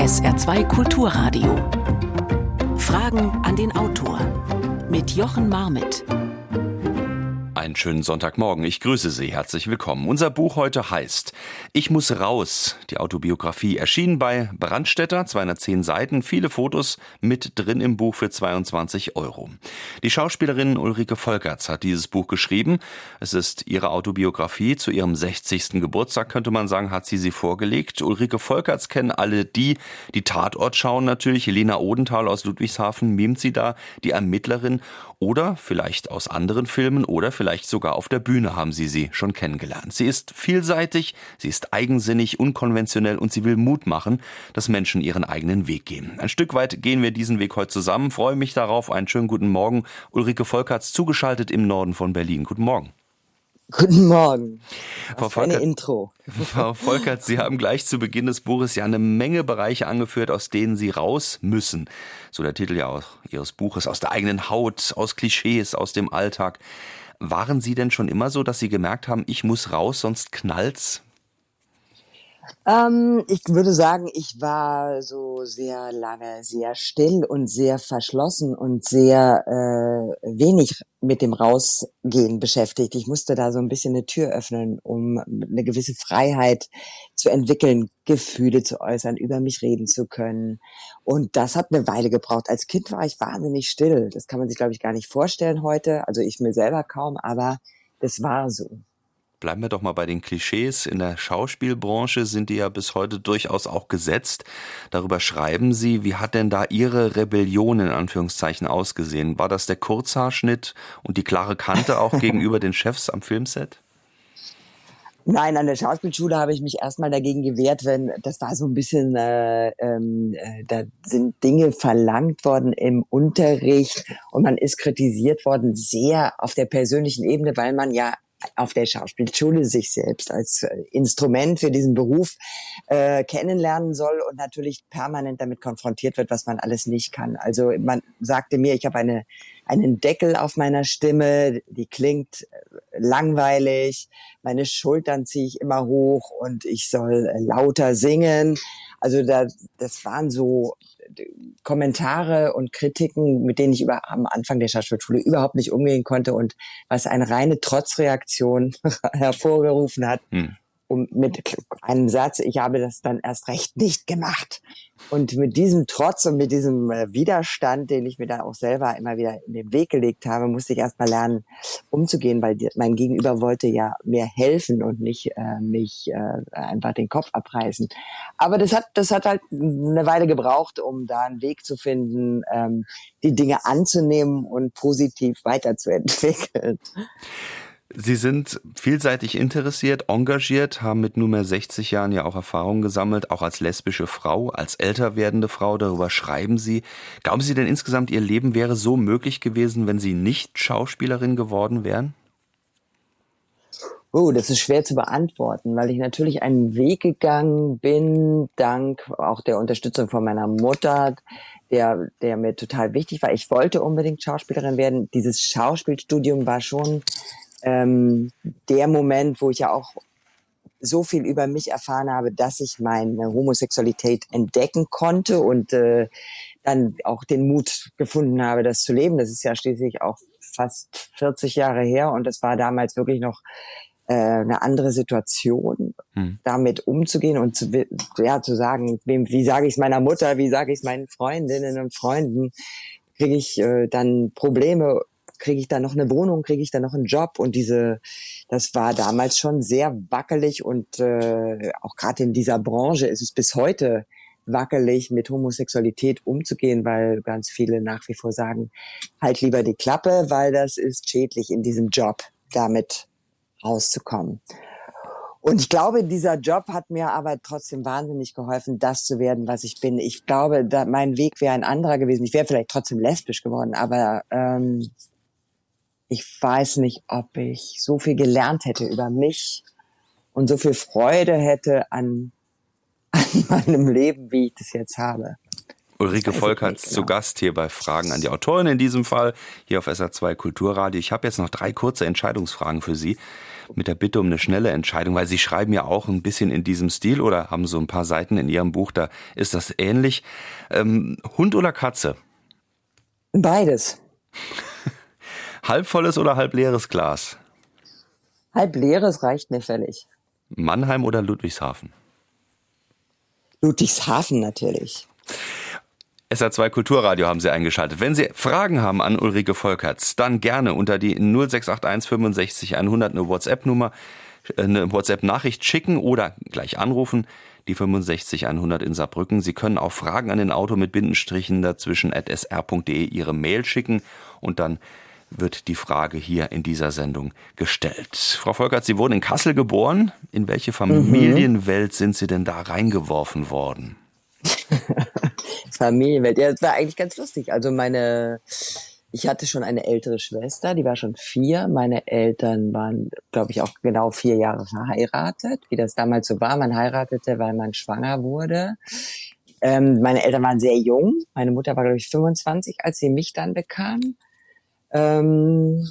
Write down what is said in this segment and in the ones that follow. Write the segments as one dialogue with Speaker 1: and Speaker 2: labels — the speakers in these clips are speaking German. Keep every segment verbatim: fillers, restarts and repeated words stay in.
Speaker 1: S R zwei Kulturradio. Fragen an den Autor mit Jochen Marmitt.
Speaker 2: Einen schönen Sonntagmorgen. Ich grüße Sie. Herzlich willkommen. Unser Buch heute heißt Ich muss raus. Die Autobiografie erschien bei Brandstätter, zweihundertzehn Seiten, viele Fotos mit drin im Buch für zweiundzwanzig Euro. Die Schauspielerin Ulrike Volkerts hat dieses Buch geschrieben. Es ist ihre Autobiografie. Zu ihrem sechzigsten Geburtstag, könnte man sagen, hat sie sie vorgelegt. Ulrike Volkerts kennen alle die, die Tatort schauen natürlich. Helena Odenthal aus Ludwigshafen mimt sie da, die Ermittlerin. Oder vielleicht aus anderen Filmen oder vielleicht sogar auf der Bühne haben Sie sie schon kennengelernt. Sie ist vielseitig, sie ist eigensinnig, unkonventionell und sie will Mut machen, dass Menschen ihren eigenen Weg gehen. Ein Stück weit gehen wir diesen Weg heute zusammen. Freue mich darauf. Einen schönen guten Morgen. Ulrike Volkerts, zugeschaltet im Norden von Berlin. Guten Morgen.
Speaker 3: Guten Morgen.
Speaker 2: Frau
Speaker 3: Was für eine Intro.
Speaker 2: Frau Volkerts, Sie haben gleich zu Beginn des Buches ja eine Menge Bereiche angeführt, aus denen Sie raus müssen. So der Titel ja auch Ihres Buches, aus der eigenen Haut, aus Klischees, aus dem Alltag. Waren Sie denn schon immer so, dass Sie gemerkt haben, ich muss raus, sonst knallt's?
Speaker 3: Ähm, ich würde sagen, ich war so sehr lange sehr still und sehr verschlossen und sehr äh, wenig mit dem Rausgehen beschäftigt. Ich musste da so ein bisschen eine Tür öffnen, um eine gewisse Freiheit zu entwickeln, Gefühle zu äußern, über mich reden zu können. Und das hat eine Weile gebraucht. Als Kind war ich wahnsinnig still. Das kann man sich, glaube ich, gar nicht vorstellen heute. Also ich mir selber kaum, aber das war so.
Speaker 2: Bleiben wir doch mal bei den Klischees. In der Schauspielbranche sind die ja bis heute durchaus auch gesetzt. Darüber schreiben Sie. Wie hat denn da Ihre Rebellion in Anführungszeichen ausgesehen? War das der Kurzhaarschnitt und die klare Kante auch gegenüber den Chefs am Filmset?
Speaker 3: Nein, an der Schauspielschule habe ich mich erstmal dagegen gewehrt, wenn das war so ein bisschen, äh, ähm, äh, da sind Dinge verlangt worden im Unterricht und man ist kritisiert worden sehr auf der persönlichen Ebene, weil man ja auf der Schauspielschule sich selbst als Instrument für diesen Beruf äh, kennenlernen soll und natürlich permanent damit konfrontiert wird, was man alles nicht kann. Also man sagte mir, ich habe eine einen Deckel auf meiner Stimme, die klingt langweilig, meine Schultern ziehe ich immer hoch und ich soll lauter singen. Also da, das waren so Kommentare und Kritiken, mit denen ich über, am Anfang der Schauspielschule überhaupt nicht umgehen konnte und was eine reine Trotzreaktion hervorgerufen hat. Hm. Um mit einem Satz, ich habe das dann erst recht nicht gemacht. Und mit diesem Trotz und mit diesem Widerstand, den ich mir dann auch selber immer wieder in den Weg gelegt habe, musste ich erst mal lernen, umzugehen, weil mein Gegenüber wollte ja mir helfen und nicht äh, mich äh, einfach den Kopf abreißen. Aber das hat, das hat halt eine Weile gebraucht, um da einen Weg zu finden, ähm, die Dinge anzunehmen und positiv weiterzuentwickeln.
Speaker 2: Sie sind vielseitig interessiert, engagiert, haben mit nunmehr sechzig Jahren ja auch Erfahrungen gesammelt, auch als lesbische Frau, als älter werdende Frau. Darüber schreiben Sie. Glauben Sie denn insgesamt, Ihr Leben wäre so möglich gewesen, wenn Sie nicht Schauspielerin geworden wären?
Speaker 3: Oh, das ist schwer zu beantworten, weil ich natürlich einen Weg gegangen bin, dank auch der Unterstützung von meiner Mutter, der, der mir total wichtig war. Ich wollte unbedingt Schauspielerin werden. Dieses Schauspielstudium war schon ähm, der Moment, wo ich ja auch so viel über mich erfahren habe, dass ich meine Homosexualität entdecken konnte und äh, dann auch den Mut gefunden habe, das zu leben. Das ist ja schließlich auch fast vierzig Jahre her und das war damals wirklich noch äh, eine andere Situation, hm. damit umzugehen und zu, ja, zu sagen, wem, wie sage ich es meiner Mutter, wie sage ich es meinen Freundinnen und Freunden, kriege ich äh, dann Probleme, kriege ich da noch eine Wohnung, kriege ich da noch einen Job und diese, das war damals schon sehr wackelig und äh, auch gerade in dieser Branche ist es bis heute wackelig, mit Homosexualität umzugehen, weil ganz viele nach wie vor sagen, halt lieber die Klappe, weil das ist schädlich in diesem Job, damit rauszukommen. Und ich glaube, dieser Job hat mir aber trotzdem wahnsinnig geholfen, das zu werden, was ich bin. Ich glaube, da, mein Weg wäre ein anderer gewesen. Ich wäre vielleicht trotzdem lesbisch geworden, aber ähm, ich weiß nicht, ob ich so viel gelernt hätte über mich und so viel Freude hätte an, an meinem Leben, wie ich das jetzt habe.
Speaker 2: Ulrike Volkerts genau. Zu Gast hier bei Fragen an die Autorin in diesem Fall, hier auf S R zwei Kulturradio. Ich habe jetzt noch drei kurze Entscheidungsfragen für Sie. mit der Bitte um eine schnelle Entscheidung, weil Sie schreiben ja auch ein bisschen in diesem Stil oder haben so ein paar Seiten in Ihrem Buch, da ist das ähnlich. Ähm, Hund oder Katze?
Speaker 3: Beides.
Speaker 2: Halb volles oder halb leeres Glas?
Speaker 3: Halb leeres reicht mir völlig.
Speaker 2: Mannheim oder Ludwigshafen?
Speaker 3: Ludwigshafen natürlich.
Speaker 2: S R zwei Kulturradio haben Sie eingeschaltet. Wenn Sie Fragen haben an Ulrike Volkerts, dann gerne unter die null sechs acht eins fünfundsechzig hundert eine WhatsApp-Nummer, eine WhatsApp-Nachricht schicken oder gleich anrufen, die fünfundsechzig hundert in Saarbrücken. Sie können auch Fragen an den Autor mit Bindestrichen dazwischen at s r punkt d e Ihre Mail schicken und dann wird die Frage hier in dieser Sendung gestellt. Frau Volkerts, Sie wurden in Kassel geboren. In welche Familienwelt mhm. sind Sie denn da reingeworfen worden?
Speaker 3: Familienwelt, ja, das war eigentlich ganz lustig. Also meine, ich hatte schon eine ältere Schwester, die war schon vier. Meine Eltern waren, glaube ich, auch genau vier Jahre verheiratet, wie das damals so war. Man heiratete, weil man schwanger wurde. Ähm, meine Eltern waren sehr jung. Meine Mutter war, glaube ich, fünfundzwanzig, als sie mich dann bekam. Ähm,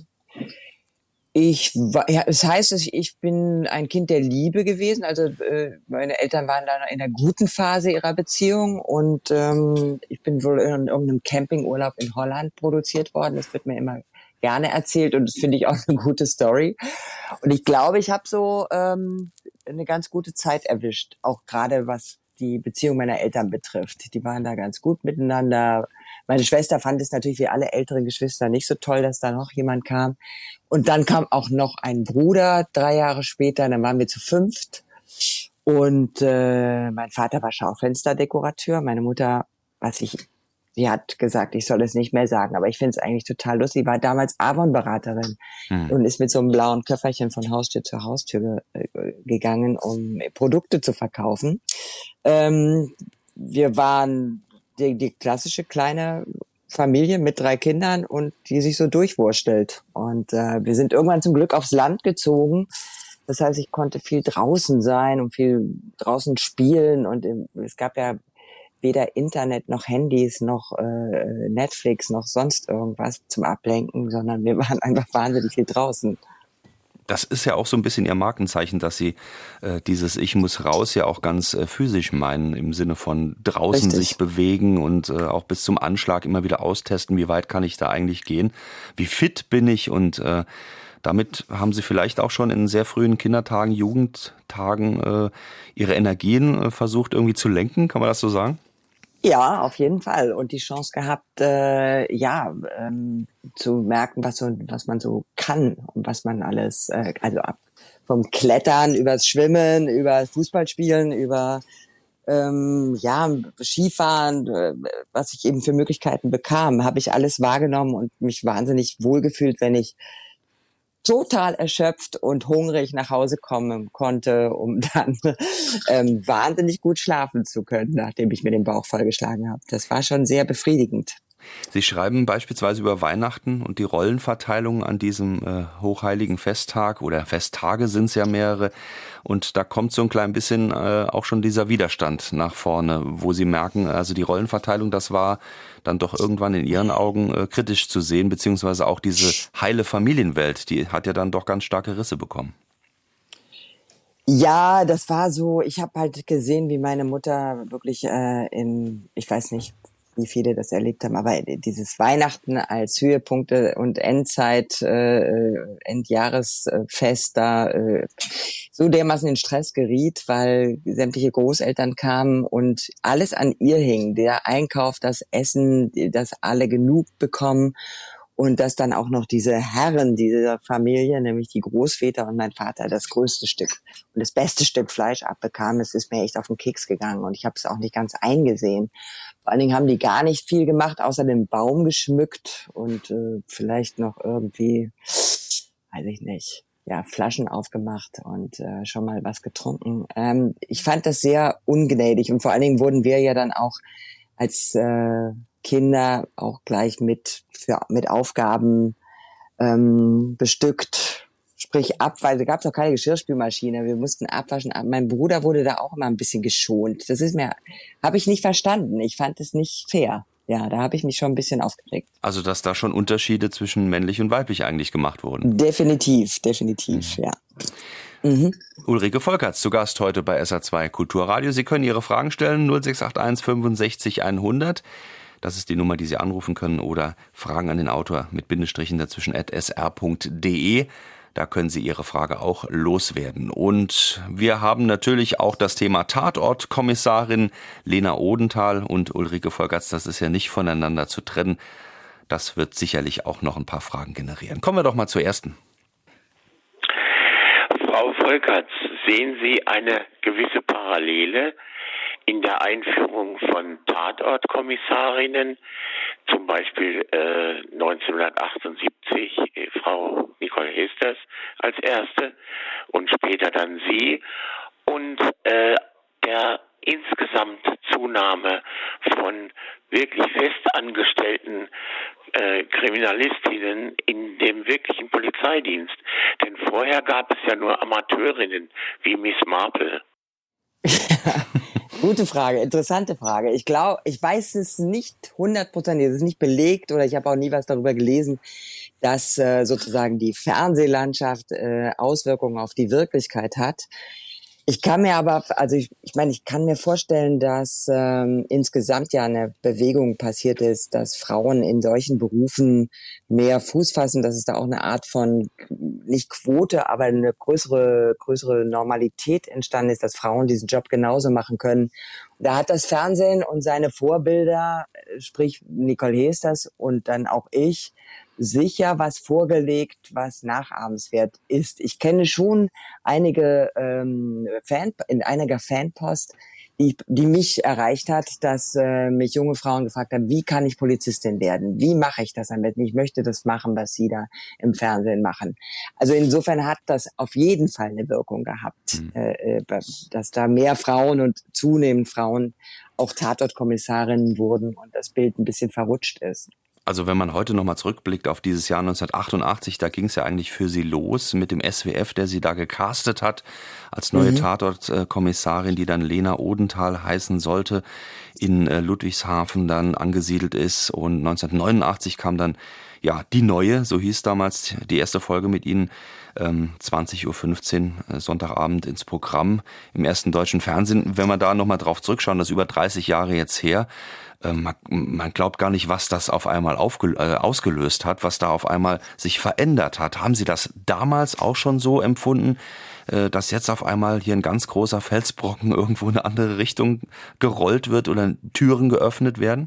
Speaker 3: ich war, ja, es heißt, ich bin ein Kind der Liebe gewesen. Also äh, meine Eltern waren dann in der guten Phase ihrer Beziehung und ähm, ich bin wohl in irgendeinem Campingurlaub in Holland produziert worden. Das wird mir immer gerne erzählt und das finde ich auch eine gute Story. Und ich glaube, ich habe so ähm, eine ganz gute Zeit erwischt, auch gerade was die Beziehung meiner Eltern betrifft. Die waren da ganz gut miteinander. Meine Schwester fand es natürlich wie alle älteren Geschwister nicht so toll, dass da noch jemand kam. Und dann kam auch noch ein Bruder drei Jahre später, dann waren wir zu fünft. Und äh, mein Vater war Schaufensterdekorateur, meine Mutter, was ich, sie hat gesagt, ich soll es nicht mehr sagen, aber ich finde es eigentlich total lustig. Sie war damals Avon-Beraterin hm. und ist mit so einem blauen Köfferchen von Haustür zu Haustür ge- gegangen, um Produkte zu verkaufen. Ähm, wir waren die, die klassische kleine Familie mit drei Kindern und die sich so durchwurstelt. Und äh, wir sind irgendwann zum Glück aufs Land gezogen. Das heißt, ich konnte viel draußen sein und viel draußen spielen. Und es gab ja weder Internet noch Handys noch äh, Netflix noch sonst irgendwas zum Ablenken, sondern wir waren einfach wahnsinnig viel draußen.
Speaker 2: Das ist ja auch so ein bisschen Ihr Markenzeichen, dass Sie äh, dieses Ich muss raus ja auch ganz äh, physisch meinen, im Sinne von draußen Richtig. Sich bewegen und äh, auch bis zum Anschlag immer wieder austesten, wie weit kann ich da eigentlich gehen, wie fit bin ich und äh, damit haben Sie vielleicht auch schon in sehr frühen Kindertagen, Jugendtagen äh, Ihre Energien äh, versucht irgendwie zu lenken, kann man das so sagen?
Speaker 3: Ja, auf jeden Fall. Und die Chance gehabt, äh, ja, ähm, zu merken, was so, was man so kann und was man alles, äh, also ab vom Klettern übers Schwimmen, über Fußballspielen, über ähm, ja Skifahren, äh, was ich eben für Möglichkeiten bekam, habe ich alles wahrgenommen und mich wahnsinnig wohlgefühlt, wenn ich total erschöpft und hungrig nach Hause kommen konnte, um dann ähm, wahnsinnig gut schlafen zu können, nachdem ich mir den Bauch vollgeschlagen habe. Das war schon sehr befriedigend.
Speaker 2: Sie schreiben beispielsweise über Weihnachten und die Rollenverteilung an diesem äh, hochheiligen Festtag oder Festtage sind es ja mehrere und da kommt so ein klein bisschen äh, auch schon dieser Widerstand nach vorne, wo Sie merken, also die Rollenverteilung, das war dann doch irgendwann in Ihren Augen äh, kritisch zu sehen, beziehungsweise auch diese heile Familienwelt, die hat ja dann doch ganz starke Risse bekommen.
Speaker 3: Ja, das war so, ich habe halt gesehen, wie meine Mutter wirklich äh, in, ich weiß nicht, wie viele das erlebt haben, aber dieses Weihnachten als Höhepunkte und Endzeit, äh, Endjahresfest da äh, so dermaßen in Stress geriet, weil sämtliche Großeltern kamen und alles an ihr hing. Der Einkauf, das Essen, dass alle genug bekommen und dass dann auch noch diese Herren dieser Familie, nämlich die Großväter und mein Vater, das größte Stück und das beste Stück Fleisch abbekamen. Es ist mir echt auf den Keks gegangen und ich habe es auch nicht ganz eingesehen. Vor allen Dingen haben die gar nicht viel gemacht, außer den Baum geschmückt und äh, vielleicht noch irgendwie, weiß ich nicht, ja, Flaschen aufgemacht und äh, schon mal was getrunken. Ähm, ich fand das sehr ungnädig und vor allen Dingen wurden wir ja dann auch als äh, Kinder auch gleich mit für, mit Aufgaben ähm, bestückt. Sprich ab, weil da gab es auch keine Geschirrspülmaschine. Wir mussten abwaschen. Mein Bruder wurde da auch immer ein bisschen geschont. Das ist mir, habe ich nicht verstanden. Ich fand es nicht fair. Ja, da habe ich mich schon ein bisschen aufgeregt.
Speaker 2: Also, dass da schon Unterschiede zwischen männlich und weiblich eigentlich gemacht wurden.
Speaker 3: Definitiv, definitiv, mhm. ja. Mhm.
Speaker 2: Ulrike Volkerts zu Gast heute bei S R zwei Kulturradio. Sie können Ihre Fragen stellen, null sechs acht eins fünfundsechzig hundert. Das ist die Nummer, die Sie anrufen können, oder Fragen an den Autor mit Bindestrichen dazwischen at s r punkt d e. Da können Sie Ihre Frage auch loswerden. Und wir haben natürlich auch das Thema Tatortkommissarin Lena Odenthal und Ulrike Volkerts. Das ist ja nicht voneinander zu trennen. Das wird sicherlich auch noch ein paar Fragen generieren. Kommen wir doch mal zur ersten.
Speaker 4: Frau Volkerts, sehen Sie eine gewisse Parallele in der Einführung von Tatortkommissarinnen, zum Beispiel äh, neunzehnhundertachtundsiebzig äh, Frau Nicole Hesters als erste und später dann Sie, und äh, der insgesamt Zunahme von wirklich festangestellten äh, Kriminalistinnen in dem wirklichen Polizeidienst. Denn vorher gab es ja nur Amateurinnen wie Miss Marple.
Speaker 3: Gute Frage, interessante Frage. Ich glaube, ich weiß es nicht hundertprozentig, es ist nicht belegt, oder ich habe auch nie was darüber gelesen, dass äh, sozusagen die Fernsehlandschaft äh, Auswirkungen auf die Wirklichkeit hat. Ich kann mir aber, also ich, ich meine, ich kann mir vorstellen, dass ähm, insgesamt ja eine Bewegung passiert ist, dass Frauen in solchen Berufen mehr Fuß fassen, dass es da auch eine Art von, nicht Quote, aber eine größere größere Normalität entstanden ist, dass Frauen diesen Job genauso machen können. Da hat das Fernsehen und seine Vorbilder, sprich Nicole Hesters und dann auch ich, sicher was vorgelegt, was nachahmenswert ist. Ich kenne schon einige ähm, Fan, in einiger Fanpost, die, die mich erreicht hat, dass äh, mich junge Frauen gefragt haben, wie kann ich Polizistin werden? Wie mache ich das am besten? Ich möchte das machen, was sie da im Fernsehen machen. Also insofern hat das auf jeden Fall eine Wirkung gehabt, mhm. äh, dass da mehr Frauen und zunehmend Frauen auch Tatortkommissarinnen wurden und das Bild ein bisschen verrutscht ist.
Speaker 2: Also wenn man heute nochmal zurückblickt auf dieses Jahr neunzehnhundertachtundachtzig, da ging es ja eigentlich für Sie los mit dem S W F, der Sie da gecastet hat als neue mhm. Tatortkommissarin, die dann Lena Odenthal heißen sollte, in Ludwigshafen dann angesiedelt ist. Und neunzehnhundertneunundachtzig kam dann ja die neue, so hieß damals die erste Folge mit Ihnen, ähm, zwanzig Uhr fünfzehn Sonntagabend ins Programm im ersten deutschen Fernsehen. Wenn wir da nochmal drauf zurückschauen, das ist über dreißig Jahre jetzt her. Man, man glaubt gar nicht, was das auf einmal aufge, äh, ausgelöst hat, was da auf einmal sich verändert hat. Haben Sie das damals auch schon so empfunden, äh, dass jetzt auf einmal hier ein ganz großer Felsbrocken irgendwo in eine andere Richtung gerollt wird oder Türen geöffnet werden?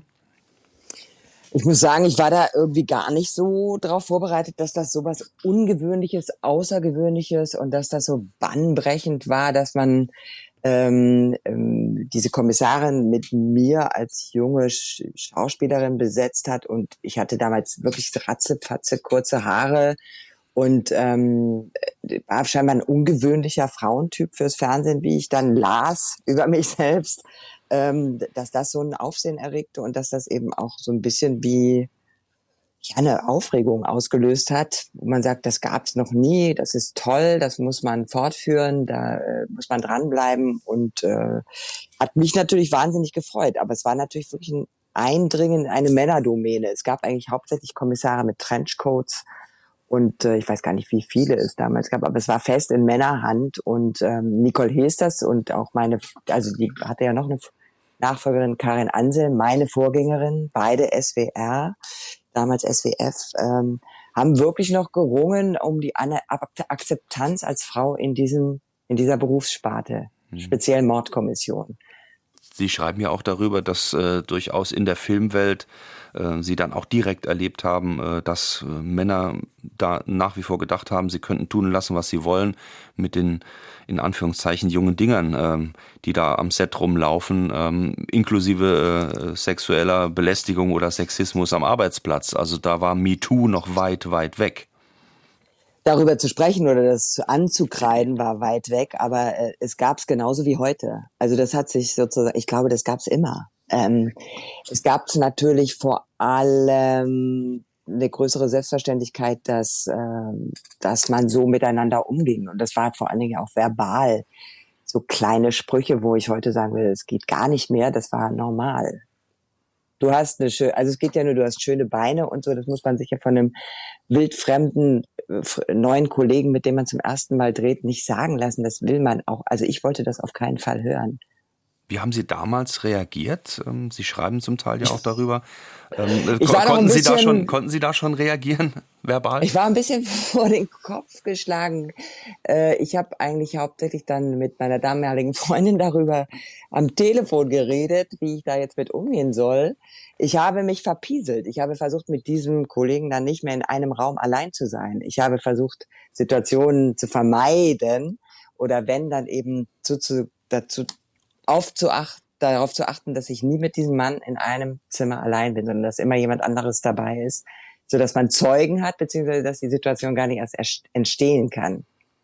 Speaker 3: Ich muss sagen, ich war da irgendwie gar nicht so drauf vorbereitet, dass das so was Ungewöhnliches, Außergewöhnliches und dass das so bahnbrechend war, dass man Ähm, ähm, diese Kommissarin mit mir als junge Sch- Schauspielerin besetzt hat, und ich hatte damals wirklich ratzefatze kurze Haare und ähm, war scheinbar ein ungewöhnlicher Frauentyp fürs Fernsehen, wie ich dann las über mich selbst, ähm, dass das so ein Aufsehen erregte und dass das eben auch so ein bisschen wie ja eine Aufregung ausgelöst hat, wo man sagt, das gab's noch nie, das ist toll, das muss man fortführen, da äh, muss man dranbleiben, und äh, hat mich natürlich wahnsinnig gefreut. Aber es war natürlich wirklich ein Eindringen in eine Männerdomäne. Es gab eigentlich hauptsächlich Kommissare mit Trenchcoats und äh, ich weiß gar nicht, wie viele es damals gab, aber es war fest in Männerhand, und ähm, Nicole Hesters und auch meine, also die hatte ja noch eine Nachfolgerin, Karin Ansel, meine Vorgängerin, beide S W R, damals S W F, ähm, haben wirklich noch gerungen um die Akzeptanz als Frau in diesem, in dieser Berufssparte, mhm. speziell Mordkommission.
Speaker 2: Sie schreiben ja auch darüber, dass äh, durchaus in der Filmwelt äh, Sie dann auch direkt erlebt haben, äh, dass äh, Männer da nach wie vor gedacht haben, sie könnten tun und lassen, was sie wollen, mit den in Anführungszeichen jungen Dingern, ähm, die da am Set rumlaufen, ähm, inklusive äh, sexueller Belästigung oder Sexismus am Arbeitsplatz. Also da war MeToo noch weit, weit weg.
Speaker 3: Darüber zu sprechen oder das anzukreiden war weit weg, aber äh, es gab es genauso wie heute. Also das hat sich sozusagen, ich glaube, das gab es immer. Ähm, es gab natürlich vor allem eine größere Selbstverständlichkeit, dass, ähm, dass man so miteinander umging. Und das war vor allen Dingen auch verbal. So kleine Sprüche, wo ich heute sagen will, es geht gar nicht mehr, das war normal. Du hast eine schöne, also es geht ja nur, du hast schöne Beine und so, das muss man sich ja von einem wildfremden, neuen Kollegen, mit dem man zum ersten Mal dreht, nicht sagen lassen. Das will man auch. Also ich wollte das auf keinen Fall hören.
Speaker 2: Wie haben Sie damals reagiert? Sie schreiben zum Teil ja auch darüber. Ähm,
Speaker 3: ich war
Speaker 2: konnten,
Speaker 3: ein bisschen,
Speaker 2: Sie da schon, konnten Sie da schon reagieren, verbal?
Speaker 3: Ich war ein bisschen vor den Kopf geschlagen. Äh, ich habe eigentlich hauptsächlich dann mit meiner damaligen Freundin darüber am Telefon geredet, wie ich da jetzt mit umgehen soll. Ich habe mich verpieselt. Ich habe versucht, mit diesem Kollegen dann nicht mehr in einem Raum allein zu sein. Ich habe versucht, Situationen zu vermeiden oder wenn, dann eben zu, zu, dazu aufzuachten, darauf zu achten, dass ich nie mit diesem Mann in einem Zimmer allein bin, sondern dass immer jemand anderes dabei ist, so dass man Zeugen hat, beziehungsweise dass die Situation gar nicht erst entstehen kann.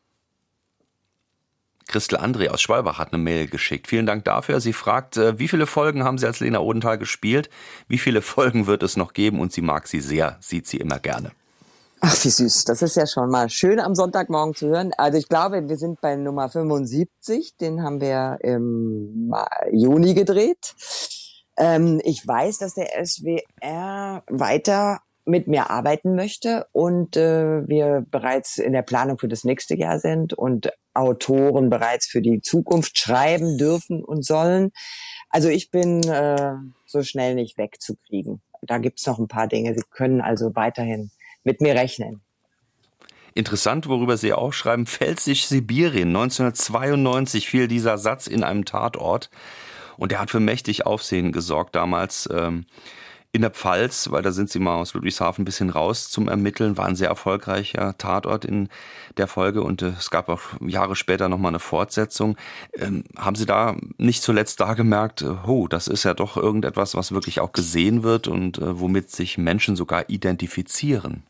Speaker 2: Christel André aus Schwalbach hat eine Mail geschickt. Vielen Dank dafür. Sie fragt, wie viele Folgen haben Sie als Lena Odenthal gespielt? Wie viele Folgen wird es noch geben? Und sie mag sie sehr, sieht sie immer gerne.
Speaker 3: Ach, wie süß. Das ist ja schon mal schön am Sonntagmorgen zu hören. Also ich glaube, wir sind bei Nummer fünfundsiebzig. Den haben wir im Juni gedreht. Ähm, ich weiß, dass der S W R weiter mit mir arbeiten möchte und äh, wir bereits in der Planung für das nächste Jahr sind und Autoren bereits für die Zukunft schreiben dürfen und sollen. Also ich bin äh, so schnell nicht wegzukriegen. Da gibt's noch ein paar Dinge. Sie können also weiterhin mit mir rechnen.
Speaker 2: Interessant, worüber Sie auch schreiben, Pfälzisch-Sibirien. neunzehnhundertzweiundneunzig fiel dieser Satz in einem Tatort und der hat für mächtig Aufsehen gesorgt damals ähm, in der Pfalz, weil da sind Sie mal aus Ludwigshafen ein bisschen raus zum Ermitteln, war ein sehr erfolgreicher Tatort in der Folge und äh, es gab auch Jahre später nochmal eine Fortsetzung. Ähm, haben Sie da nicht zuletzt da gemerkt, äh, oh, das ist ja doch irgendetwas, was wirklich auch gesehen wird und äh, womit sich Menschen sogar identifizieren?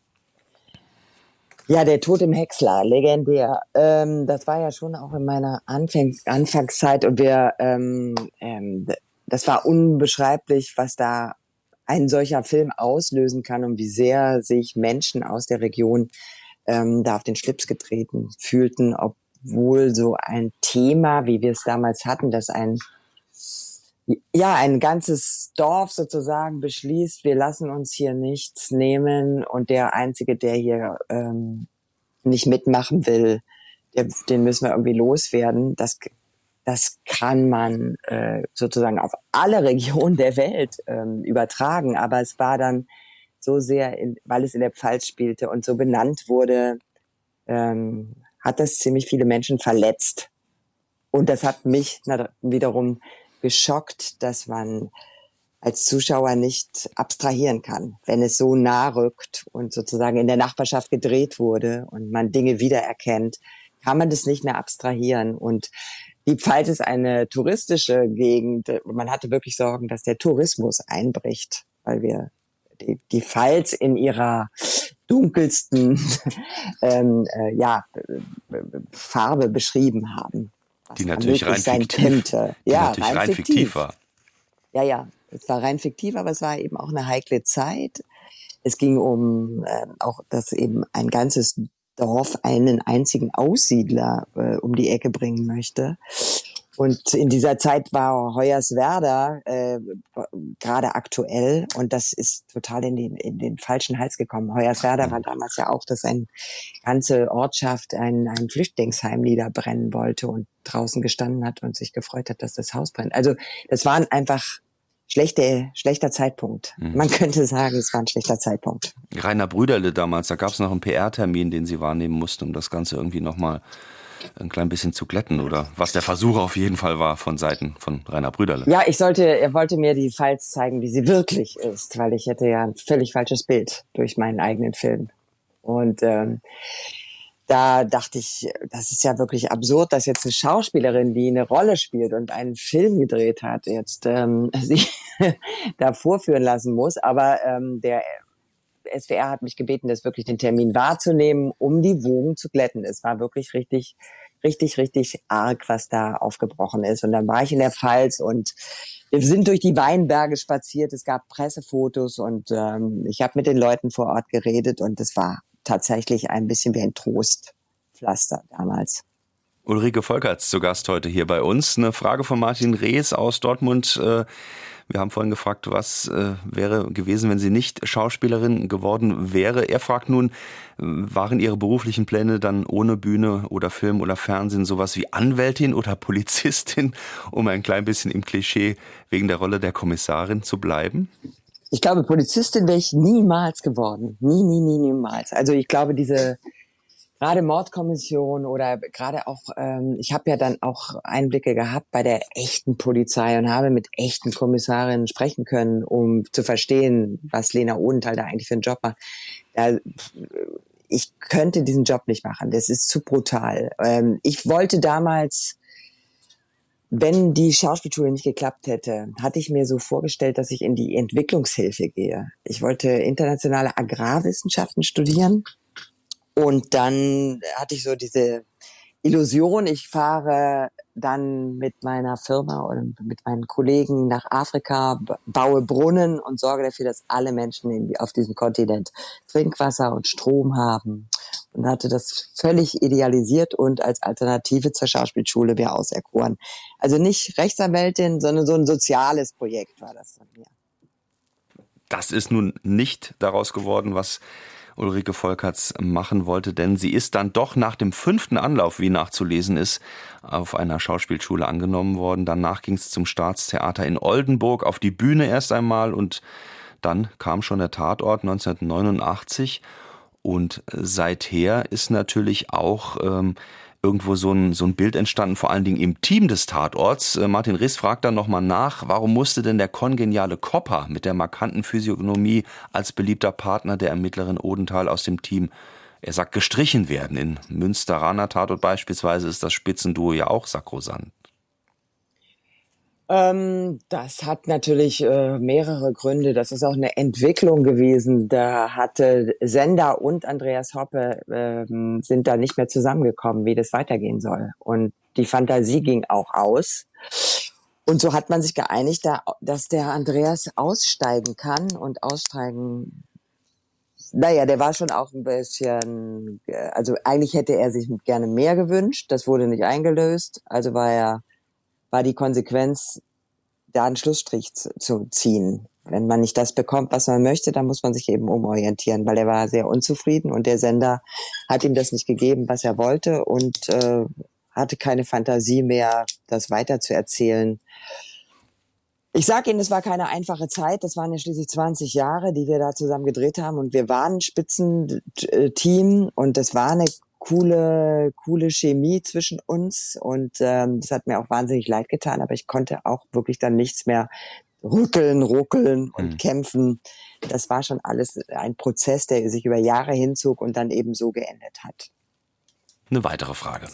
Speaker 3: Ja, der Tod im Häcksler, legendär. Ähm, das war ja schon auch in meiner Anfang, Anfangszeit und wir, ähm, ähm, das war unbeschreiblich, was da ein solcher Film auslösen kann und wie sehr sich Menschen aus der Region ähm, da auf den Schlips getreten fühlten, obwohl so ein Thema, wie wir es damals hatten, dass ein ja ein ganzes Dorf sozusagen beschließt, wir lassen uns hier nichts nehmen und der Einzige, der hier ähm, nicht mitmachen will, der, den müssen wir irgendwie loswerden. Das Das kann man äh, sozusagen auf alle Regionen der Welt ähm, übertragen. Aber es war dann so sehr, in, weil es in der Pfalz spielte und so benannt wurde, ähm, hat das ziemlich viele Menschen verletzt. Und das hat mich na, wiederum geschockt, dass man als Zuschauer nicht abstrahieren kann, wenn es so nah rückt und sozusagen in der Nachbarschaft gedreht wurde und man Dinge wiedererkennt, kann man das nicht mehr abstrahieren. Und die Pfalz ist eine touristische Gegend. Man hatte wirklich Sorgen, dass der Tourismus einbricht, weil wir die, die Pfalz in ihrer dunkelsten ähm, äh, ja, Farbe beschrieben haben.
Speaker 2: Die natürlich rein fiktiv, die
Speaker 3: ja,
Speaker 2: natürlich
Speaker 3: rein,
Speaker 2: rein
Speaker 3: fiktiv.
Speaker 2: fiktiv war.
Speaker 3: Ja, ja, es war rein fiktiv, aber es war eben auch eine heikle Zeit. Es ging um äh, auch, dass eben ein ganzes Dorf einen einzigen Aussiedler äh, um die Ecke bringen möchte. Und in dieser Zeit war Hoyerswerda äh, gerade aktuell und das ist total in den, in den falschen Hals gekommen. Hoyerswerda war damals ja auch, dass eine ganze Ortschaft ein, ein Flüchtlingsheim niederbrennen wollte und draußen gestanden hat und sich gefreut hat, dass das Haus brennt. Also das waren einfach schlechte, schlechter Zeitpunkt. Mhm. Man könnte sagen, es war ein schlechter Zeitpunkt.
Speaker 2: Rainer Brüderle damals, da gab es noch einen P R-Termin, den Sie wahrnehmen mussten, um das Ganze irgendwie nochmal ein klein bisschen zu glätten, oder was der Versuch auf jeden Fall war von Seiten von Rainer Brüderle.
Speaker 3: Ja, ich sollte, er wollte mir die Pfalz zeigen, wie sie wirklich ist, weil ich hätte ja ein völlig falsches Bild durch meinen eigenen Film. Und ähm, da dachte ich, das ist ja wirklich absurd, dass jetzt eine Schauspielerin, die eine Rolle spielt und einen Film gedreht hat, jetzt ähm, sich da vorführen lassen muss. Aber ähm, der S W R hat mich gebeten, das wirklich den Termin wahrzunehmen, um die Wogen zu glätten. Es war wirklich richtig, richtig, richtig arg, was da aufgebrochen ist. Und dann war ich in der Pfalz und wir sind durch die Weinberge spaziert. Es gab Pressefotos und ähm, ich habe mit den Leuten vor Ort geredet und es war tatsächlich ein bisschen wie ein Trostpflaster damals.
Speaker 2: Ulrike Volkerts zu Gast heute hier bei uns. Eine Frage von Martin Rees aus Dortmund. Wir haben vorhin gefragt, was wäre gewesen, wenn sie nicht Schauspielerin geworden wäre. Er fragt nun, waren Ihre beruflichen Pläne dann ohne Bühne oder Film oder Fernsehen sowas wie Anwältin oder Polizistin, um ein klein bisschen im Klischee wegen der Rolle der Kommissarin zu bleiben?
Speaker 3: Ich glaube, Polizistin wäre ich niemals geworden. Nie, nie, nie, niemals. Also ich glaube, diese gerade Mordkommission oder gerade auch, ähm, ich habe ja dann auch Einblicke gehabt bei der echten Polizei und habe mit echten Kommissarinnen sprechen können, um zu verstehen, was Lena Odenthal da eigentlich für einen Job macht. Da, ich könnte diesen Job nicht machen, das ist zu brutal. Ähm, ich wollte damals, wenn die Schauspielschule nicht geklappt hätte, hatte ich mir so vorgestellt, dass ich in die Entwicklungshilfe gehe. Ich wollte internationale Agrarwissenschaften studieren. Und dann hatte ich so diese Illusion, ich fahre dann mit meiner Firma oder mit meinen Kollegen nach Afrika, baue Brunnen und sorge dafür, dass alle Menschen in, auf diesem Kontinent Trinkwasser und Strom haben. Und hatte das völlig idealisiert und als Alternative zur Schauspielschule mir auserkoren. Also nicht Rechtsanwältin, sondern so ein soziales Projekt war das von mir.
Speaker 2: Das ist nun nicht daraus geworden, was Ulrike Volkerts machen wollte, denn sie ist dann doch nach dem fünften Anlauf, wie nachzulesen ist, auf einer Schauspielschule angenommen worden. Danach ging es zum Staatstheater in Oldenburg, auf die Bühne erst einmal und dann kam schon der Tatort neunzehnhundertneunundachtzig und seither ist natürlich auch ähm, irgendwo so ein, so ein Bild entstanden, vor allen Dingen im Team des Tatorts. Martin Rees fragt dann nochmal nach, warum musste denn der kongeniale Kopper mit der markanten Physiognomie als beliebter Partner der Ermittlerin Odenthal aus dem Team, er sagt, gestrichen werden? In Münsteraner Tatort beispielsweise ist das Spitzenduo ja auch sakrosant.
Speaker 3: Ähm, das hat natürlich äh, mehrere Gründe. Das ist auch eine Entwicklung gewesen. Da hatte Sender und Andreas Hoppe ähm, sind da nicht mehr zusammengekommen, wie das weitergehen soll. Und die Fantasie ging auch aus. Und so hat man sich geeinigt, da, dass der Andreas aussteigen kann und aussteigen. Naja, der war schon auch ein bisschen, also eigentlich hätte er sich gerne mehr gewünscht. Das wurde nicht eingelöst. Also war er war die Konsequenz, da einen Schlussstrich zu, zu ziehen. Wenn man nicht das bekommt, was man möchte, dann muss man sich eben umorientieren, weil er war sehr unzufrieden und der Sender hat ihm das nicht gegeben, was er wollte und äh, hatte keine Fantasie mehr, das weiterzuerzählen. Ich sage Ihnen, es war keine einfache Zeit. Das waren ja schließlich zwanzig Jahre, die wir da zusammen gedreht haben und wir waren ein Spitzenteam und das war eine coole, coole Chemie zwischen uns und ähm, das hat mir auch wahnsinnig leid getan, aber ich konnte auch wirklich dann nichts mehr rückeln, ruckeln und mhm. kämpfen. Das war schon alles ein Prozess, der sich über Jahre hinzog und dann eben so geendet hat.
Speaker 2: Eine weitere Frage.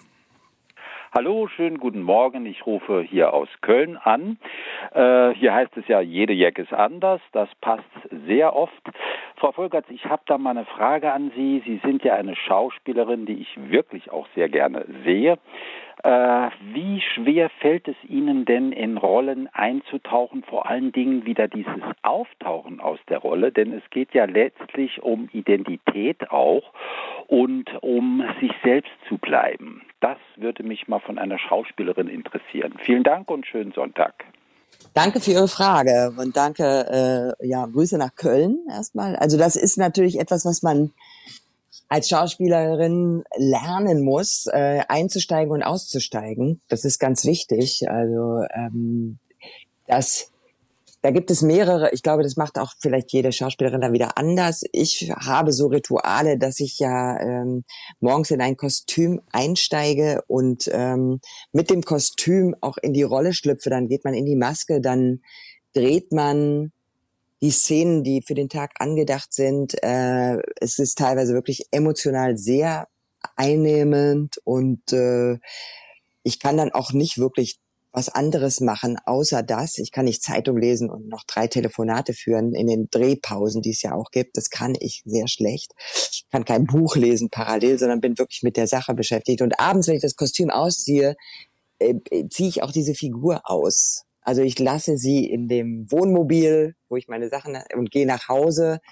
Speaker 5: Hallo, schönen guten Morgen. Ich rufe hier aus Köln an. Äh, hier heißt es ja, jede Jack ist anders. Das passt sehr oft. Frau Volkerts, ich habe da mal eine Frage an Sie. Sie sind ja eine Schauspielerin, die ich wirklich auch sehr gerne sehe. Äh, wie schwer fällt es Ihnen denn, in Rollen einzutauchen, vor allen Dingen wieder dieses Auftauchen aus der Rolle? Denn es geht ja letztlich um Identität auch und um sich selbst zu bleiben. Das würde mich mal von einer Schauspielerin interessieren. Vielen Dank und schönen Sonntag.
Speaker 3: Danke für Ihre Frage und danke, äh, ja, Grüße nach Köln erstmal. Also das ist natürlich etwas, was man als Schauspielerin lernen muss, äh, einzusteigen und auszusteigen. Das ist ganz wichtig. Also ähm, das, da gibt es mehrere. Ich glaube, das macht auch vielleicht jede Schauspielerin dann wieder anders. Ich habe so Rituale, dass ich ja ähm, morgens in ein Kostüm einsteige und ähm, mit dem Kostüm auch in die Rolle schlüpfe. Dann geht man in die Maske, dann dreht man die Szenen, die für den Tag angedacht sind. Äh, es ist teilweise wirklich emotional sehr einnehmend und äh, ich kann dann auch nicht wirklich was anderes machen, außer das. Ich kann nicht Zeitung lesen und noch drei Telefonate führen in den Drehpausen, die es ja auch gibt. Das kann ich sehr schlecht. Ich kann kein Buch lesen parallel, sondern bin wirklich mit der Sache beschäftigt. Und abends, wenn ich das Kostüm ausziehe, äh, ziehe ich auch diese Figur aus. Also ich lasse sie in dem Wohnmobil, wo ich meine Sachen und gehe nach Hause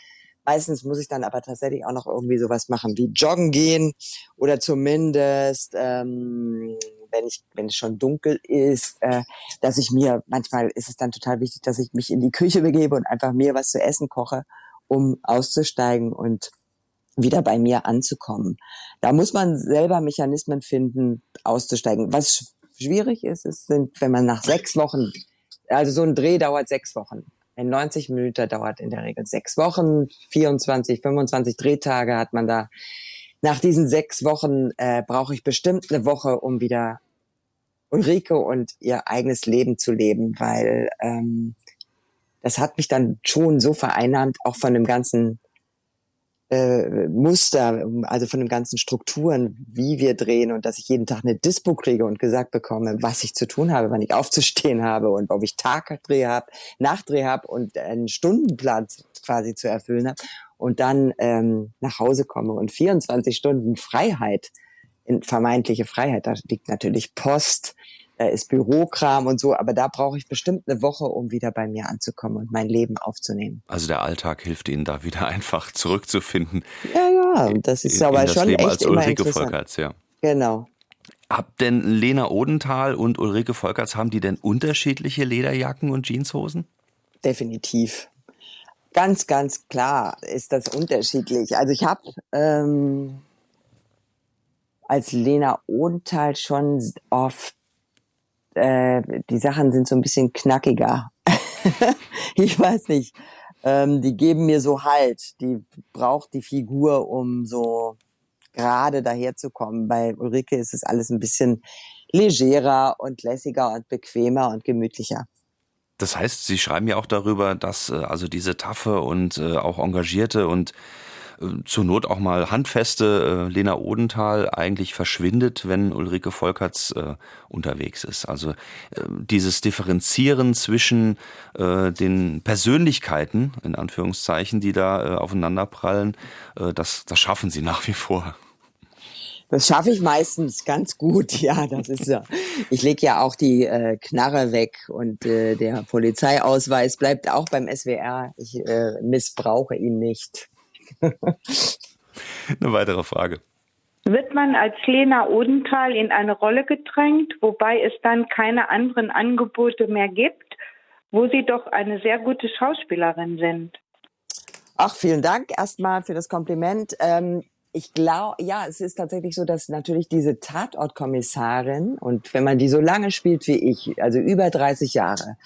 Speaker 3: Meistens muss ich dann aber tatsächlich auch noch irgendwie sowas machen wie joggen gehen oder zumindest, ähm, wenn ich, wenn es schon dunkel ist, äh, dass ich mir, manchmal ist es dann total wichtig, dass ich mich in die Küche begebe und einfach mir was zu essen koche, um auszusteigen und wieder bei mir anzukommen. Da muss man selber Mechanismen finden, auszusteigen. Was schwierig ist, ist, sind, wenn man nach sechs Wochen, also so ein Dreh dauert sechs Wochen. Ein neunzig Minuten dauert in der Regel sechs Wochen, vierundzwanzig, fünfundzwanzig Drehtage hat man da. Nach diesen sechs Wochen äh, brauche ich bestimmt eine Woche, um wieder Ulrike und ihr eigenes Leben zu leben, weil ähm, das hat mich dann schon so vereinnahmt, auch von dem ganzen äh, Muster, also von den ganzen Strukturen, wie wir drehen und dass ich jeden Tag eine Dispo kriege und gesagt bekomme, was ich zu tun habe, wann ich aufzustehen habe und ob ich Tagdreh habe, Nachtdreh habe und einen Stundenplan quasi zu erfüllen habe und dann ähm, nach Hause komme und vierundzwanzig Stunden Freiheit, in vermeintliche Freiheit, da liegt natürlich Post, da ist Bürokram und so, aber da brauche ich bestimmt eine Woche, um wieder bei mir anzukommen und mein Leben aufzunehmen.
Speaker 2: Also der Alltag hilft Ihnen da wieder einfach zurückzufinden.
Speaker 3: Ja, ja, das ist
Speaker 2: in,
Speaker 3: aber
Speaker 2: in das
Speaker 3: schon
Speaker 2: Leben
Speaker 3: echt
Speaker 2: als
Speaker 3: immer
Speaker 2: Ulrike
Speaker 3: interessant.
Speaker 2: Volkerts, ja.
Speaker 3: Genau.
Speaker 2: Hab denn Lena Odenthal und Ulrike Volkerts, haben die denn unterschiedliche Lederjacken und Jeanshosen?
Speaker 3: Definitiv. Ganz, ganz klar ist das unterschiedlich. Also ich habe ähm, als Lena Odenthal schon oft die Sachen sind so ein bisschen knackiger. Ich weiß nicht. Ähm, die geben mir so Halt. Die braucht die Figur, um so gerade daherzukommen. Bei Ulrike ist es alles ein bisschen legerer und lässiger und bequemer und gemütlicher.
Speaker 2: Das heißt, Sie schreiben ja auch darüber, dass äh, also diese taffe und äh, auch engagierte und äh, zur Not auch mal handfeste äh, Lena Odenthal eigentlich verschwindet, wenn Ulrike Volkerts äh, unterwegs ist. Also äh, dieses Differenzieren zwischen äh, den Persönlichkeiten, in Anführungszeichen, die da äh, aufeinanderprallen, äh, das, das schaffen Sie nach wie vor.
Speaker 3: Das schaffe ich meistens ganz gut, ja, das ist ja. Ich lege ja auch die äh, Knarre weg und äh, der Polizeiausweis bleibt auch beim S W R. Ich äh, missbrauche ihn nicht.
Speaker 2: Eine weitere Frage.
Speaker 6: Wird man als Lena Odenthal in eine Rolle gedrängt, wobei es dann keine anderen Angebote mehr gibt, wo Sie doch eine sehr gute Schauspielerin sind?
Speaker 3: Ach, vielen Dank erstmal für das Kompliment. Ähm, Ich glaube, ja, es ist tatsächlich so, dass natürlich diese Tatortkommissarin, und wenn man die so lange spielt wie ich, also über dreißig Jahre,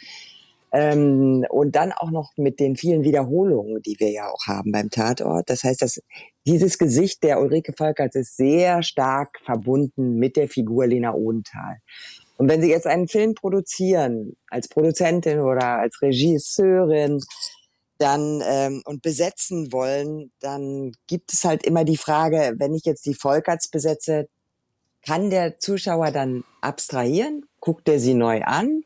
Speaker 3: ähm, und dann auch noch mit den vielen Wiederholungen, die wir ja auch haben beim Tatort, das heißt, dass dieses Gesicht der Ulrike Volkerts ist sehr stark verbunden mit der Figur Lena Odenthal. Und wenn Sie jetzt einen Film produzieren, als Produzentin oder als Regisseurin, dann ähm, und besetzen wollen, dann gibt es halt immer die Frage, wenn ich jetzt die Volkerts besetze, kann der Zuschauer dann abstrahieren? Guckt er sie neu an?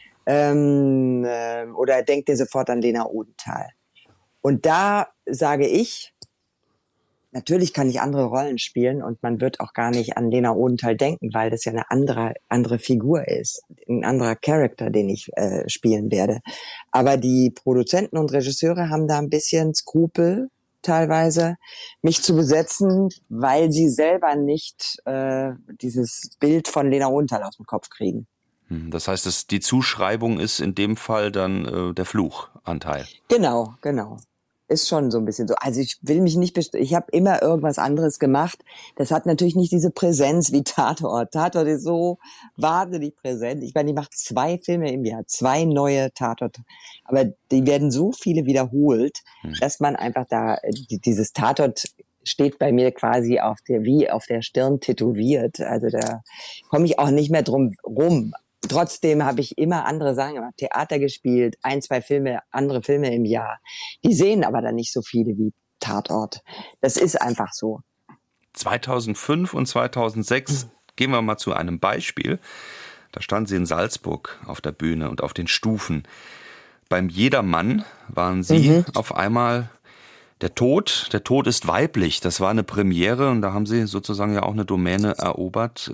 Speaker 3: Ähm, äh, oder denkt er sofort an Lena Odenthal? Und da sage ich, natürlich kann ich andere Rollen spielen und man wird auch gar nicht an Lena Odenthal denken, weil das ja eine andere andere Figur ist, ein anderer Charakter, den ich äh, spielen werde. Aber die Produzenten und Regisseure haben da ein bisschen Skrupel teilweise, mich zu besetzen, weil sie selber nicht äh, dieses Bild von Lena Odenthal aus dem Kopf kriegen.
Speaker 2: Das heißt, dass die Zuschreibung ist in dem Fall dann äh, der Fluchanteil.
Speaker 3: Genau, genau. Ist schon so ein bisschen so. Also ich will mich nicht, best- ich habe immer irgendwas anderes gemacht. Das hat natürlich nicht diese Präsenz wie Tatort. Tatort ist so wahnsinnig präsent. Ich meine, die macht zwei Filme im Jahr, zwei neue Tatort. Aber die werden so viele wiederholt, hm. dass man einfach da, die, dieses Tatort steht bei mir quasi auf der, wie auf der Stirn tätowiert. Also da komme ich auch nicht mehr drum rum. Trotzdem habe ich immer andere Sachen gemacht, Theater gespielt, ein, zwei Filme, andere Filme im Jahr. Die sehen aber dann nicht so viele wie Tatort. Das ist einfach so.
Speaker 2: zweitausendfünf und zweitausendsechs, hm. gehen wir mal zu einem Beispiel. Da stand sie in Salzburg auf der Bühne und auf den Stufen. Beim Jedermann waren sie mhm. auf einmal der Tod. Der Tod ist weiblich. Das war eine Premiere und da haben sie sozusagen ja auch eine Domäne erobert.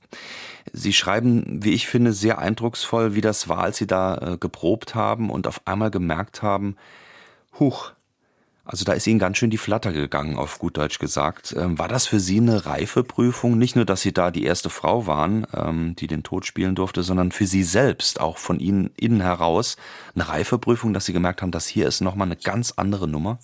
Speaker 2: Sie schreiben, wie ich finde, sehr eindrucksvoll, wie das war, als sie da geprobt haben und auf einmal gemerkt haben, huch, Also da ist Ihnen ganz schön die Flatter gegangen, auf gut Deutsch gesagt. Ähm, war das für Sie eine Reifeprüfung? Nicht nur, dass Sie da die erste Frau waren, ähm, die den Tod spielen durfte, sondern für Sie selbst, auch von Ihnen innen heraus, eine Reifeprüfung, dass Sie gemerkt haben, das hier ist nochmal eine ganz andere Nummer?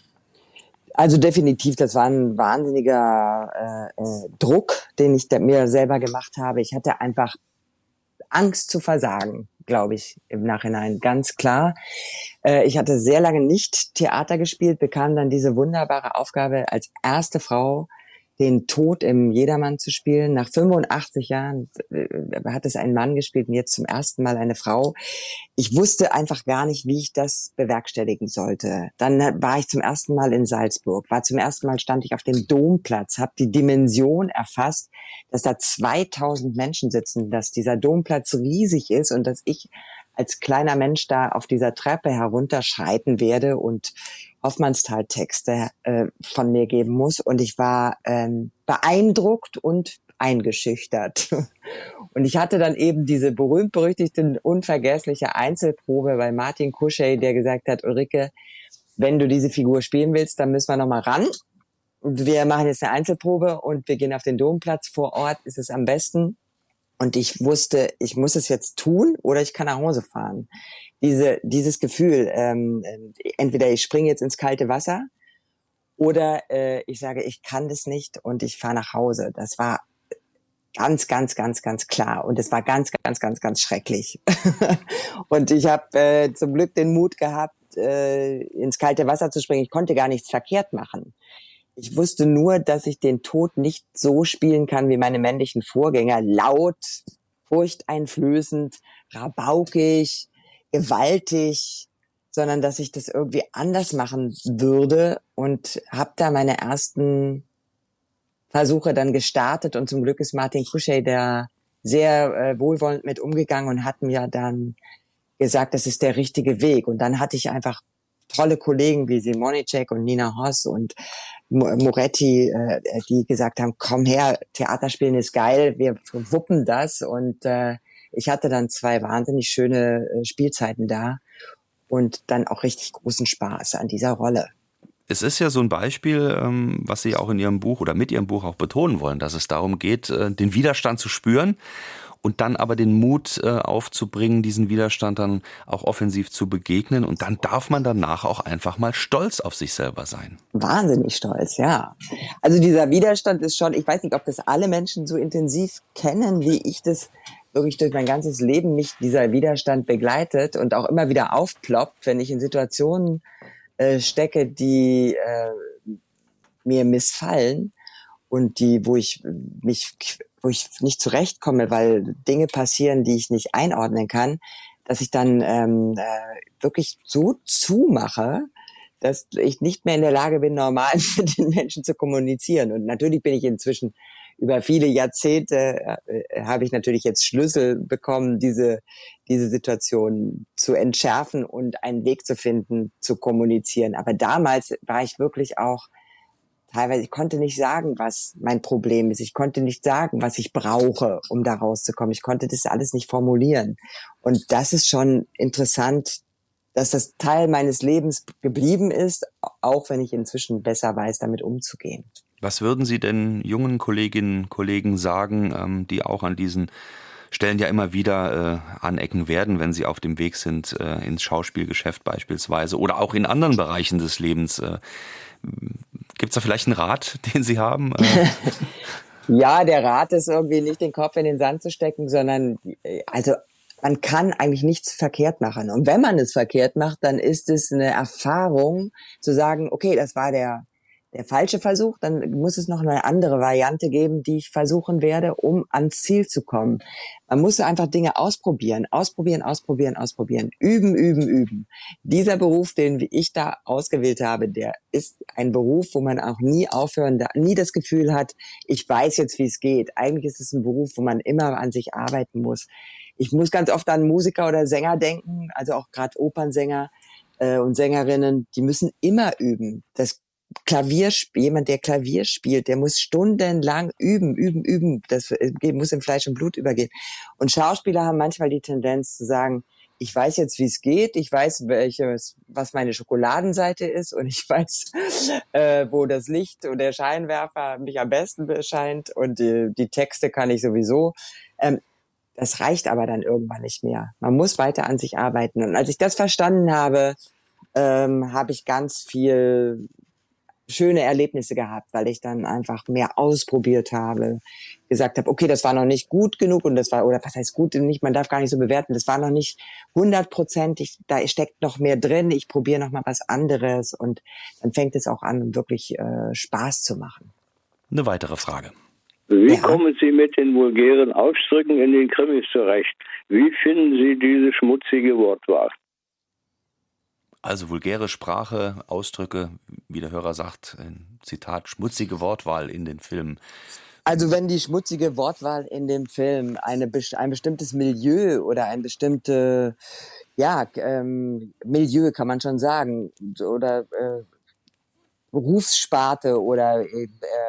Speaker 3: Also definitiv, das war ein wahnsinniger äh, äh, Druck, den ich mir selber gemacht habe. Ich hatte einfach Angst zu versagen, glaube ich, im Nachhinein, ganz klar. Äh, ich hatte sehr lange nicht Theater gespielt, bekam dann diese wunderbare Aufgabe, als erste Frau den Tod im Jedermann zu spielen. Nach fünfundachtzig Jahren äh, hat es ein Mann gespielt und jetzt zum ersten Mal eine Frau. Ich wusste einfach gar nicht, wie ich das bewerkstelligen sollte. Dann war ich zum ersten Mal in Salzburg, war zum ersten Mal stand ich auf dem Domplatz, habe die Dimension erfasst, dass da zweitausend Menschen sitzen, dass dieser Domplatz riesig ist und dass ich als kleiner Mensch da auf dieser Treppe herunterschreiten werde und Hoffmannsthal-Texte äh, von mir geben muss. Und ich war ähm, beeindruckt und eingeschüchtert. Und ich hatte dann eben diese berühmt-berüchtigte, unvergessliche Einzelprobe bei Martin Kuschey, der gesagt hat, Ulrike, wenn du diese Figur spielen willst, dann müssen wir nochmal ran. Wir machen jetzt eine Einzelprobe und wir gehen auf den Domplatz. Vor Ort ist es am besten. Und ich wusste, ich muss es jetzt tun oder ich kann nach Hause fahren. Diese, dieses Gefühl, ähm, entweder ich springe jetzt ins kalte Wasser oder äh, ich sage, ich kann das nicht und ich fahre nach Hause. Das war ganz, ganz, ganz, ganz klar und es war ganz, ganz, ganz, ganz schrecklich. Und ich habe äh, zum Glück den Mut gehabt, äh, ins kalte Wasser zu springen. Ich konnte gar nichts verkehrt machen. Ich wusste nur, dass ich den Tod nicht so spielen kann wie meine männlichen Vorgänger. Laut, furchteinflößend, rabaukig, gewaltig, sondern dass ich das irgendwie anders machen würde und habe da meine ersten Versuche dann gestartet und zum Glück ist Martin Kuschey da sehr äh, wohlwollend mit umgegangen und hat mir dann gesagt, das ist der richtige Weg. Und dann hatte ich einfach tolle Kollegen wie Simonicek und Nina Hoss und Moretti, äh, die gesagt haben, komm her, Theaterspielen ist geil, wir wuppen das. Und äh, ich hatte dann zwei wahnsinnig schöne äh, Spielzeiten da und dann auch richtig großen Spaß an dieser Rolle.
Speaker 2: Es ist ja so ein Beispiel, ähm, was Sie auch in Ihrem Buch oder mit Ihrem Buch auch betonen wollen, dass es darum geht, äh, den Widerstand zu spüren und dann aber den Mut äh, aufzubringen, diesen Widerstand dann auch offensiv zu begegnen. Und dann darf man danach auch einfach mal stolz auf sich selber sein.
Speaker 3: Wahnsinnig stolz, ja. Also dieser Widerstand ist schon, ich weiß nicht, ob das alle Menschen so intensiv kennen, wie ich das wirklich durch mein ganzes Leben mich dieser Widerstand begleitet und auch immer wieder aufploppt, wenn ich in Situationen äh, stecke, die äh, mir missfallen und die, wo ich mich wo ich nicht zurechtkomme, weil Dinge passieren, die ich nicht einordnen kann, dass ich dann ähm, äh, wirklich so zumache, dass ich nicht mehr in der Lage bin, normal mit den Menschen zu kommunizieren. Und natürlich bin ich inzwischen über viele Jahrzehnte, äh, habe ich natürlich jetzt Schlüssel bekommen, diese diese Situation zu entschärfen und einen Weg zu finden, zu kommunizieren. Aber damals war ich wirklich auch teilweise, ich konnte nicht sagen, was mein Problem ist. Ich konnte nicht sagen, was ich brauche, um da rauszukommen. Ich konnte das alles nicht formulieren. Und das ist schon interessant, dass das Teil meines Lebens geblieben ist, auch wenn ich inzwischen besser weiß, damit umzugehen.
Speaker 2: Was würden Sie denn jungen Kolleginnen und Kollegen sagen, die auch an diesen Stellen ja immer wieder äh, anecken werden, wenn sie auf dem Weg sind äh, ins Schauspielgeschäft beispielsweise oder auch in anderen Bereichen des Lebens? Äh, Gibt es da vielleicht einen Rat, den Sie haben?
Speaker 3: Ja, der Rat ist irgendwie nicht den Kopf in den Sand zu stecken, sondern also man kann eigentlich nichts verkehrt machen. Und wenn man es verkehrt macht, dann ist es eine Erfahrung zu sagen, okay, das war der der falsche Versuch, dann muss es noch eine andere Variante geben, die ich versuchen werde, um ans Ziel zu kommen. Man muss einfach Dinge ausprobieren, ausprobieren, ausprobieren, ausprobieren, üben, üben, üben. Dieser Beruf, den ich da ausgewählt habe, der ist ein Beruf, wo man auch nie aufhören darf, nie das Gefühl hat, ich weiß jetzt, wie es geht. Eigentlich ist es ein Beruf, wo man immer an sich arbeiten muss. Ich muss ganz oft an Musiker oder Sänger denken, also auch gerade Opernsänger äh, und Sängerinnen, die müssen immer üben. Das Klavier, jemand, der Klavier spielt, der muss stundenlang üben, üben, üben. Das muss in Fleisch und Blut übergehen. Und Schauspieler haben manchmal die Tendenz zu sagen, ich weiß jetzt, wie es geht, ich weiß, welches, was meine Schokoladenseite ist und ich weiß, äh, wo das Licht und der Scheinwerfer mich am besten bescheint und die, die Texte kann ich sowieso. Ähm, das reicht aber dann irgendwann nicht mehr. Man muss weiter an sich arbeiten. Und als ich das verstanden habe, ähm, habe ich ganz viel schöne Erlebnisse gehabt, weil ich dann einfach mehr ausprobiert habe, gesagt habe, okay, das war noch nicht gut genug und das war, oder was heißt gut nicht, man darf gar nicht so bewerten, das war noch nicht hundertprozentig, da steckt noch mehr drin, ich probiere noch mal was anderes und dann fängt es auch an, wirklich äh, Spaß zu machen.
Speaker 2: Eine weitere Frage.
Speaker 7: Wie
Speaker 3: Ja.
Speaker 7: kommen Sie mit den vulgären Ausdrücken in den Krimis zurecht? Wie finden Sie diese schmutzige Wortwahl?
Speaker 2: Also vulgäre Sprache, Ausdrücke, wie der Hörer sagt, ein Zitat, schmutzige Wortwahl in den Filmen.
Speaker 3: Also wenn die schmutzige Wortwahl in dem Film eine, ein bestimmtes Milieu oder ein bestimmte, ja, ähm, Milieu kann man schon sagen, oder äh, Berufssparte oder äh,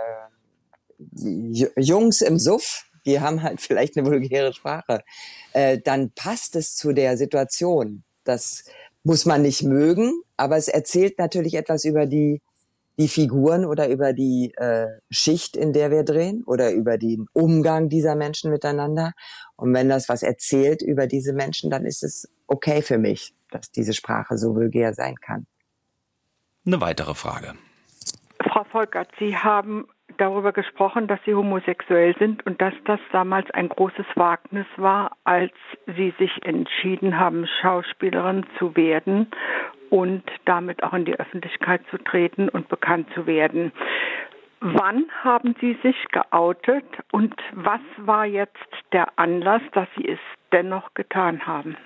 Speaker 3: Jungs im Suff, die haben halt vielleicht eine vulgäre Sprache, äh, dann passt es zu der Situation. Das muss man nicht mögen, aber es erzählt natürlich etwas über die die Figuren oder über die äh, Schicht, in der wir drehen oder über den Umgang dieser Menschen miteinander. Und wenn das was erzählt über diese Menschen, dann ist es okay für mich, dass diese Sprache so vulgär sein kann.
Speaker 2: Eine weitere Frage.
Speaker 8: Frau Volkert, Sie haben darüber gesprochen, dass Sie homosexuell sind und dass das damals ein großes Wagnis war, als Sie sich entschieden haben, Schauspielerin zu werden und damit auch in die Öffentlichkeit zu treten und bekannt zu werden. Wann haben Sie sich geoutet und was war jetzt der Anlass, dass Sie es dennoch getan haben?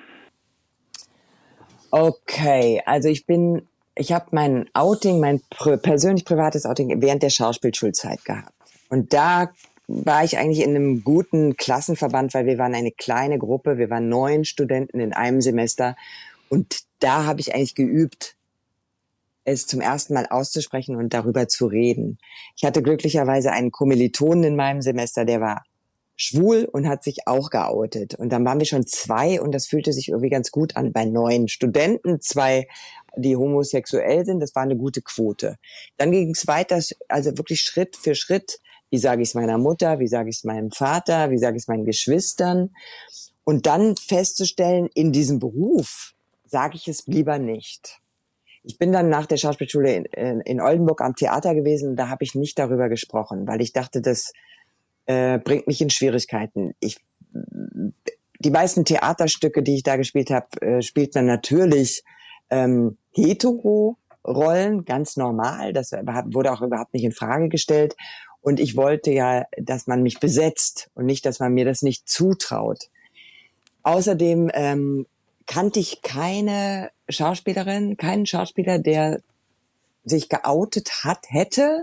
Speaker 3: Okay, also ich bin, ich habe mein Outing, mein pr- persönlich privates Outing während der Schauspielschulzeit gehabt. Und da war ich eigentlich in einem guten Klassenverband, weil wir waren eine kleine Gruppe, wir waren neun Studenten in einem Semester. Und da habe ich eigentlich geübt, es zum ersten Mal auszusprechen und darüber zu reden. Ich hatte glücklicherweise einen Kommilitonen in meinem Semester, der war schwul und hat sich auch geoutet. Und dann waren wir schon zwei und das fühlte sich irgendwie ganz gut an. Bei neun Studenten, zwei, die homosexuell sind, das war eine gute Quote. Dann ging es weiter, also wirklich Schritt für Schritt. Wie sage ich es meiner Mutter, wie sage ich es meinem Vater, wie sage ich es meinen Geschwistern? Und dann festzustellen, in diesem Beruf sage ich es lieber nicht. Ich bin dann nach der Schauspielschule in, in, in Oldenburg am Theater gewesen, da habe ich nicht darüber gesprochen, weil ich dachte, das äh, bringt mich in Schwierigkeiten. Ich, die meisten Theaterstücke, die ich da gespielt habe, äh, spielt man natürlich ähm, hetero-Rollen, ganz normal. Das wurde auch überhaupt nicht in Frage gestellt. Und ich wollte ja, dass man mich besetzt und nicht, dass man mir das nicht zutraut. Außerdem ähm, kannte ich keine Schauspielerin, keinen Schauspieler, der sich geoutet hat, hätte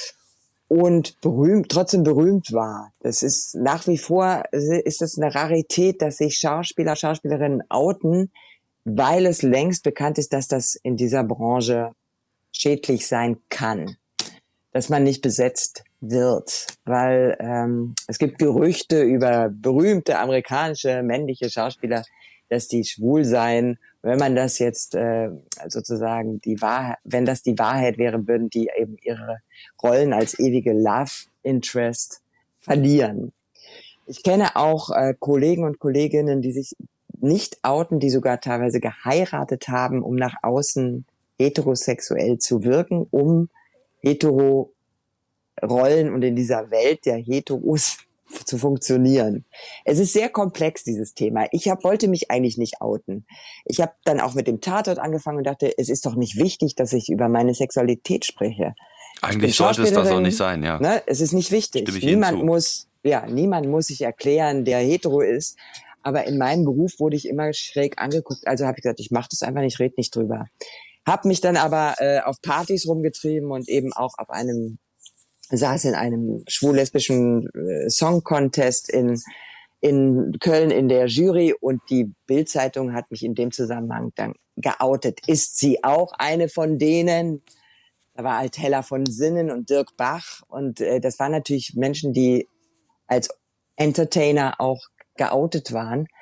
Speaker 3: und berühmt, trotzdem berühmt war. Das ist nach wie vor, ist es eine Rarität, dass sich Schauspieler, Schauspielerinnen outen, weil es längst bekannt ist, dass das in dieser Branche schädlich sein kann, dass man nicht besetzt wird, weil ähm, es gibt Gerüchte über berühmte amerikanische männliche Schauspieler, dass die schwul seien. Wenn man das jetzt äh, sozusagen die Wahrheit, wenn das die Wahrheit wäre, würden die eben ihre Rollen als ewige Love Interest verlieren. Ich kenne auch äh, Kollegen und Kolleginnen, die sich nicht outen, die sogar teilweise geheiratet haben, um nach außen heterosexuell zu wirken, um hetero Rollen und in dieser Welt der Heteros zu funktionieren. Es ist sehr komplex, dieses Thema. Ich hab, wollte mich eigentlich nicht outen. Ich habe dann auch mit dem Tatort angefangen und dachte, es ist doch nicht wichtig, dass ich über meine Sexualität spreche.
Speaker 2: Eigentlich sollte es das auch nicht sein, ja.
Speaker 3: Ne? Es ist nicht wichtig.
Speaker 2: Stimme ich
Speaker 3: Niemand
Speaker 2: Ihnen zu.
Speaker 3: muss, ja, niemand muss sich erklären, der hetero ist. Aber in meinem Beruf wurde ich immer schräg angeguckt. Also habe ich gesagt, ich mache das einfach nicht, red nicht drüber. Hab mich dann aber äh, auf Partys rumgetrieben und eben auch auf einem saß in einem schwul-lesbischen äh, Song-Contest in, in Köln in der Jury und die Bild-Zeitung hat mich in dem Zusammenhang dann geoutet. Ist sie auch eine von denen? Da war halt Hella von Sinnen und Dirk Bach und äh, das waren natürlich Menschen, die als Entertainer auch geoutet waren.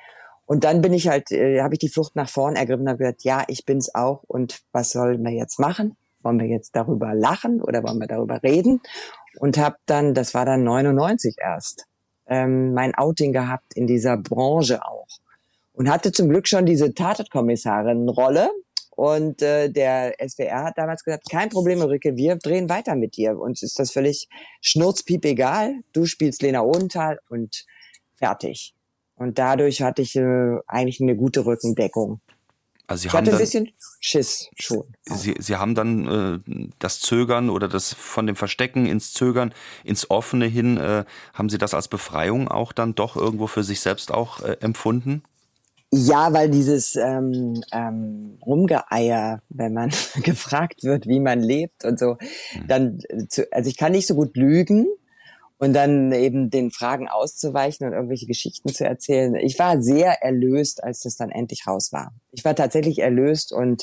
Speaker 3: Und dann bin ich halt, äh, habe ich die Flucht nach vorn ergriffen und habe gesagt, ja, ich bin's auch und was sollen wir jetzt machen? Wollen wir jetzt darüber lachen oder wollen wir darüber reden? Und habe dann, das war dann neunundneunzig erst, ähm, mein Outing gehabt in dieser Branche auch. Und hatte zum Glück schon diese Tatortkommissarin-Rolle. Und äh, der S W R hat damals gesagt, kein Problem, Ulrike, wir drehen weiter mit dir. Uns ist das völlig schnurzpiep egal. Du spielst Lena Odenthal und fertig. Und dadurch hatte ich äh, eigentlich eine gute Rückendeckung.
Speaker 2: Also Sie
Speaker 3: ich
Speaker 2: haben
Speaker 3: hatte ein
Speaker 2: dann,
Speaker 3: bisschen Schiss schon.
Speaker 2: Sie, Sie haben dann äh, das Zögern oder das von dem Verstecken ins Zögern, ins Offene hin, äh, haben Sie das als Befreiung auch dann doch irgendwo für sich selbst auch äh, empfunden?
Speaker 3: Ja, weil dieses ähm, ähm, Rumgeeier, wenn man gefragt wird, wie man lebt und so, mhm. dann, zu, also ich kann nicht so gut lügen und dann eben den Fragen auszuweichen und irgendwelche Geschichten zu erzählen. Ich war sehr erlöst, als das dann endlich raus war. Ich war tatsächlich erlöst und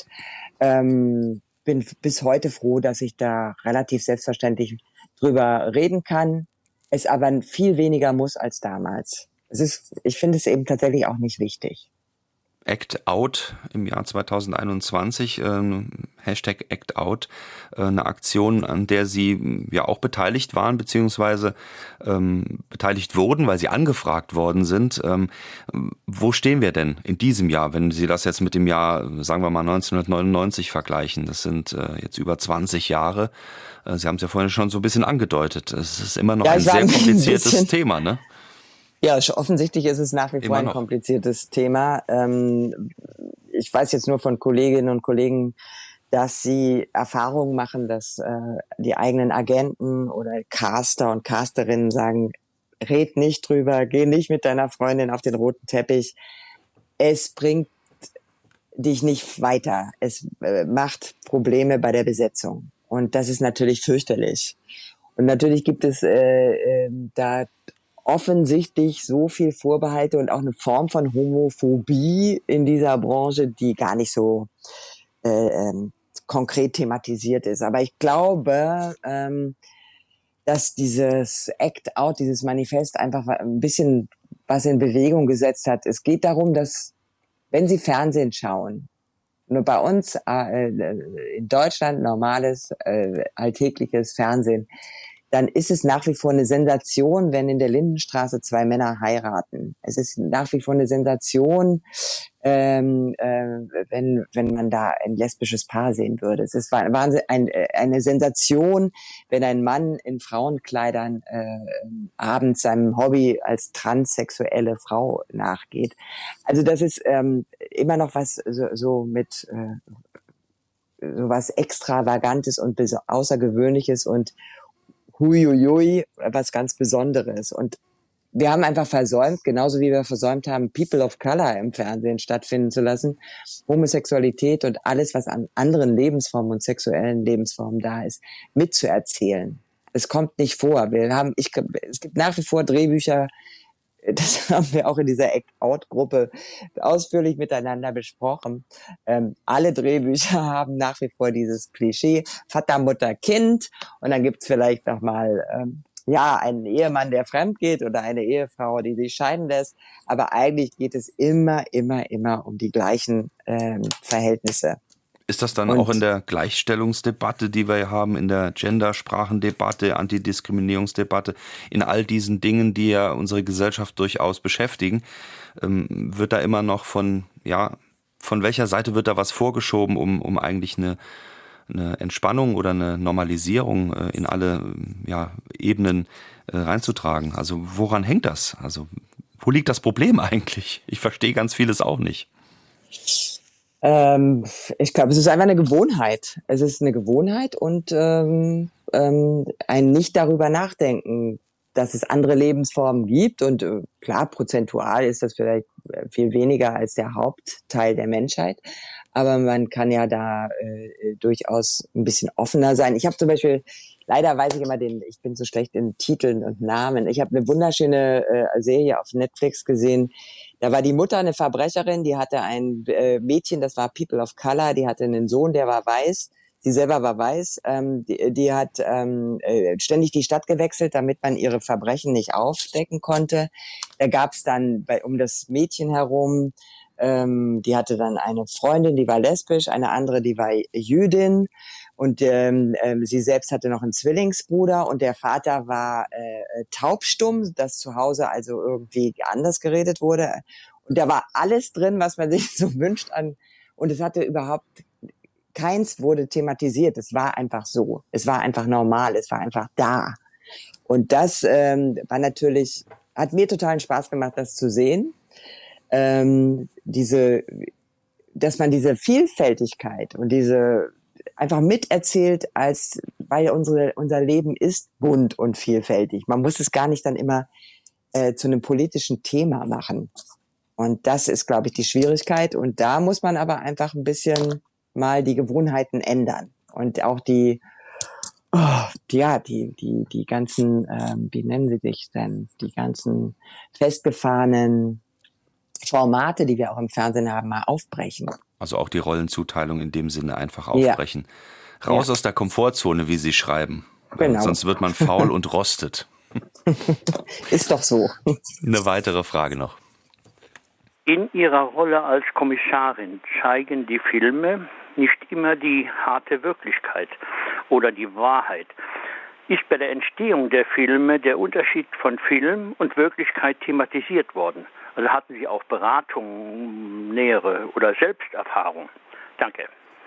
Speaker 3: ähm, bin bis heute froh, dass ich da relativ selbstverständlich drüber reden kann, es aber viel weniger muss als damals. Es ist, ich finde es eben tatsächlich auch nicht wichtig.
Speaker 2: Act Out im Jahr zweitausendeinundzwanzig, äh, Hashtag Act Out, äh, eine Aktion, an der Sie ja auch beteiligt waren, beziehungsweise ähm, beteiligt wurden, weil Sie angefragt worden sind. Ähm, wo stehen wir denn in diesem Jahr, wenn Sie das jetzt mit dem Jahr, sagen wir mal, neunzehnhundertneunundneunzig vergleichen? Das sind äh, jetzt über zwanzig Jahre. Äh, Sie haben es ja vorhin schon so ein bisschen angedeutet. Es ist immer noch ja, ein sehr kompliziertes ein Thema, ne?
Speaker 3: Ja, offensichtlich ist es nach wie vor ein kompliziertes Thema. Ähm, ich weiß jetzt nur von Kolleginnen und Kollegen, dass sie Erfahrungen machen, dass äh, die eigenen Agenten oder Caster und Casterinnen sagen, red nicht drüber, geh nicht mit deiner Freundin auf den roten Teppich. Es bringt dich nicht weiter. Es äh, macht Probleme bei der Besetzung. Und das ist natürlich fürchterlich. Und natürlich gibt es äh, äh, da offensichtlich so viel Vorbehalte und auch eine Form von Homophobie in dieser Branche, die gar nicht so äh, ähm, konkret thematisiert ist. Aber ich glaube, ähm, dass dieses Act Out, dieses Manifest einfach ein bisschen was in Bewegung gesetzt hat. Es geht darum, dass, wenn Sie Fernsehen schauen, nur bei uns äh, in Deutschland normales, äh, alltägliches Fernsehen, dann ist es nach wie vor eine Sensation, wenn in der Lindenstraße zwei Männer heiraten. Es ist nach wie vor eine Sensation, ähm, äh, wenn wenn man da ein lesbisches Paar sehen würde. Es ist Wahnsinn, ein, eine Sensation, wenn ein Mann in Frauenkleidern äh, abends seinem Hobby als transsexuelle Frau nachgeht. Also das ist ähm, immer noch was so, so mit äh, so was Extravagantes und Außergewöhnliches und huiuiui, was ganz Besonderes. Und wir haben einfach versäumt, genauso wie wir versäumt haben, People of Color im Fernsehen stattfinden zu lassen, Homosexualität und alles, was an anderen Lebensformen und sexuellen Lebensformen da ist, mitzuerzählen. Es kommt nicht vor. Wir haben, ich, es gibt nach wie vor Drehbücher, das haben wir auch in dieser Act-Out-Gruppe ausführlich miteinander besprochen. Ähm, alle Drehbücher haben nach wie vor dieses Klischee Vater, Mutter, Kind und dann gibt's vielleicht noch mal ähm, ja einen Ehemann, der fremd geht oder eine Ehefrau, die sich scheiden lässt. Aber eigentlich geht es immer, immer, immer um die gleichen ähm, Verhältnisse.
Speaker 2: Ist das dann
Speaker 3: Und
Speaker 2: auch in der Gleichstellungsdebatte, die wir haben, in der Gendersprachendebatte, Antidiskriminierungsdebatte, in all diesen Dingen, die ja unsere Gesellschaft durchaus beschäftigen, ähm, wird da immer noch von, ja, von welcher Seite wird da was vorgeschoben, um, um eigentlich eine, eine Entspannung oder eine Normalisierung äh, in alle ja, Ebenen äh, reinzutragen? Also woran hängt das? Also wo liegt das Problem eigentlich? Ich verstehe ganz vieles auch nicht.
Speaker 3: Ähm, ich glaube, es ist einfach eine Gewohnheit. Es ist eine Gewohnheit und ähm, ähm, ein nicht darüber nachdenken, dass es andere Lebensformen gibt. Und äh, klar, prozentual ist das vielleicht viel weniger als der Hauptteil der Menschheit. Aber man kann ja da äh, durchaus ein bisschen offener sein. Ich habe zum Beispiel, leider weiß ich immer den, ich bin so schlecht in Titeln und Namen. Ich habe eine wunderschöne äh, Serie auf Netflix gesehen. Da war die Mutter eine Verbrecherin, die hatte ein äh, Mädchen, das war People of Color, die hatte einen Sohn, der war weiß. Sie selber war weiß. Ähm, die, die hat ähm, ständig die Stadt gewechselt, damit man ihre Verbrechen nicht aufdecken konnte. Da gab es dann bei, um das Mädchen herum, ähm, die hatte dann eine Freundin, die war lesbisch, eine andere, die war Jüdin. Und ähm, ähm, sie selbst hatte noch einen Zwillingsbruder und der Vater war äh, taubstumm, dass zu Hause also irgendwie anders geredet wurde. Und da war alles drin, was man sich so wünscht an. Und es hatte überhaupt keins wurde thematisiert. Es war einfach so. Es war einfach normal. Es war einfach da. Und das ähm, war natürlich, hat mir totalen Spaß gemacht, das zu sehen. Ähm, diese, dass man diese Vielfältigkeit und diese einfach miterzählt, als, weil unsere, unser Leben ist bunt und vielfältig. Man muss es gar nicht dann immer äh, zu einem politischen Thema machen. Und das ist, glaube ich, die Schwierigkeit. Und da muss man aber einfach ein bisschen mal die Gewohnheiten ändern und auch die, oh, ja, die, die, die ganzen, ähm, wie nennen sie sich denn, die ganzen festgefahrenen Formate, die wir auch im Fernsehen haben, mal aufbrechen.
Speaker 2: Also auch die Rollenzuteilung in dem Sinne einfach aufbrechen. Ja. Raus ja. aus der Komfortzone, wie Sie schreiben. Genau. Sonst wird man faul und rostet.
Speaker 3: Ist doch so.
Speaker 2: Eine weitere Frage noch.
Speaker 9: In Ihrer Rolle als Kommissarin zeigen die Filme nicht immer die harte Wirklichkeit oder die Wahrheit. Ist bei der Entstehung der Filme der Unterschied von Film und Wirklichkeit thematisiert worden? Also hatten Sie auch Beratungen, nähere oder Selbsterfahrung? Danke.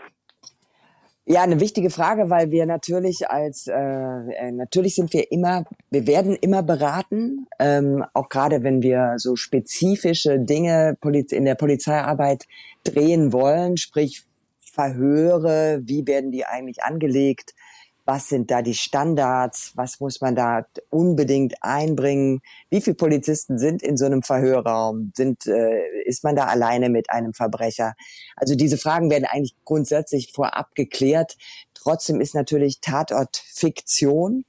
Speaker 3: Ja, eine wichtige Frage, weil wir natürlich als, äh, natürlich sind wir immer, wir werden immer beraten, ähm, auch gerade wenn wir so spezifische Dinge in der Polizeiarbeit drehen wollen, sprich Verhöre, wie werden die eigentlich angelegt, was sind da die Standards, was muss man da unbedingt einbringen, wie viele Polizisten sind in so einem Verhörraum, sind, äh, ist man da alleine mit einem Verbrecher? Also diese Fragen werden eigentlich grundsätzlich vorab geklärt. Trotzdem ist natürlich Tatort Fiktion.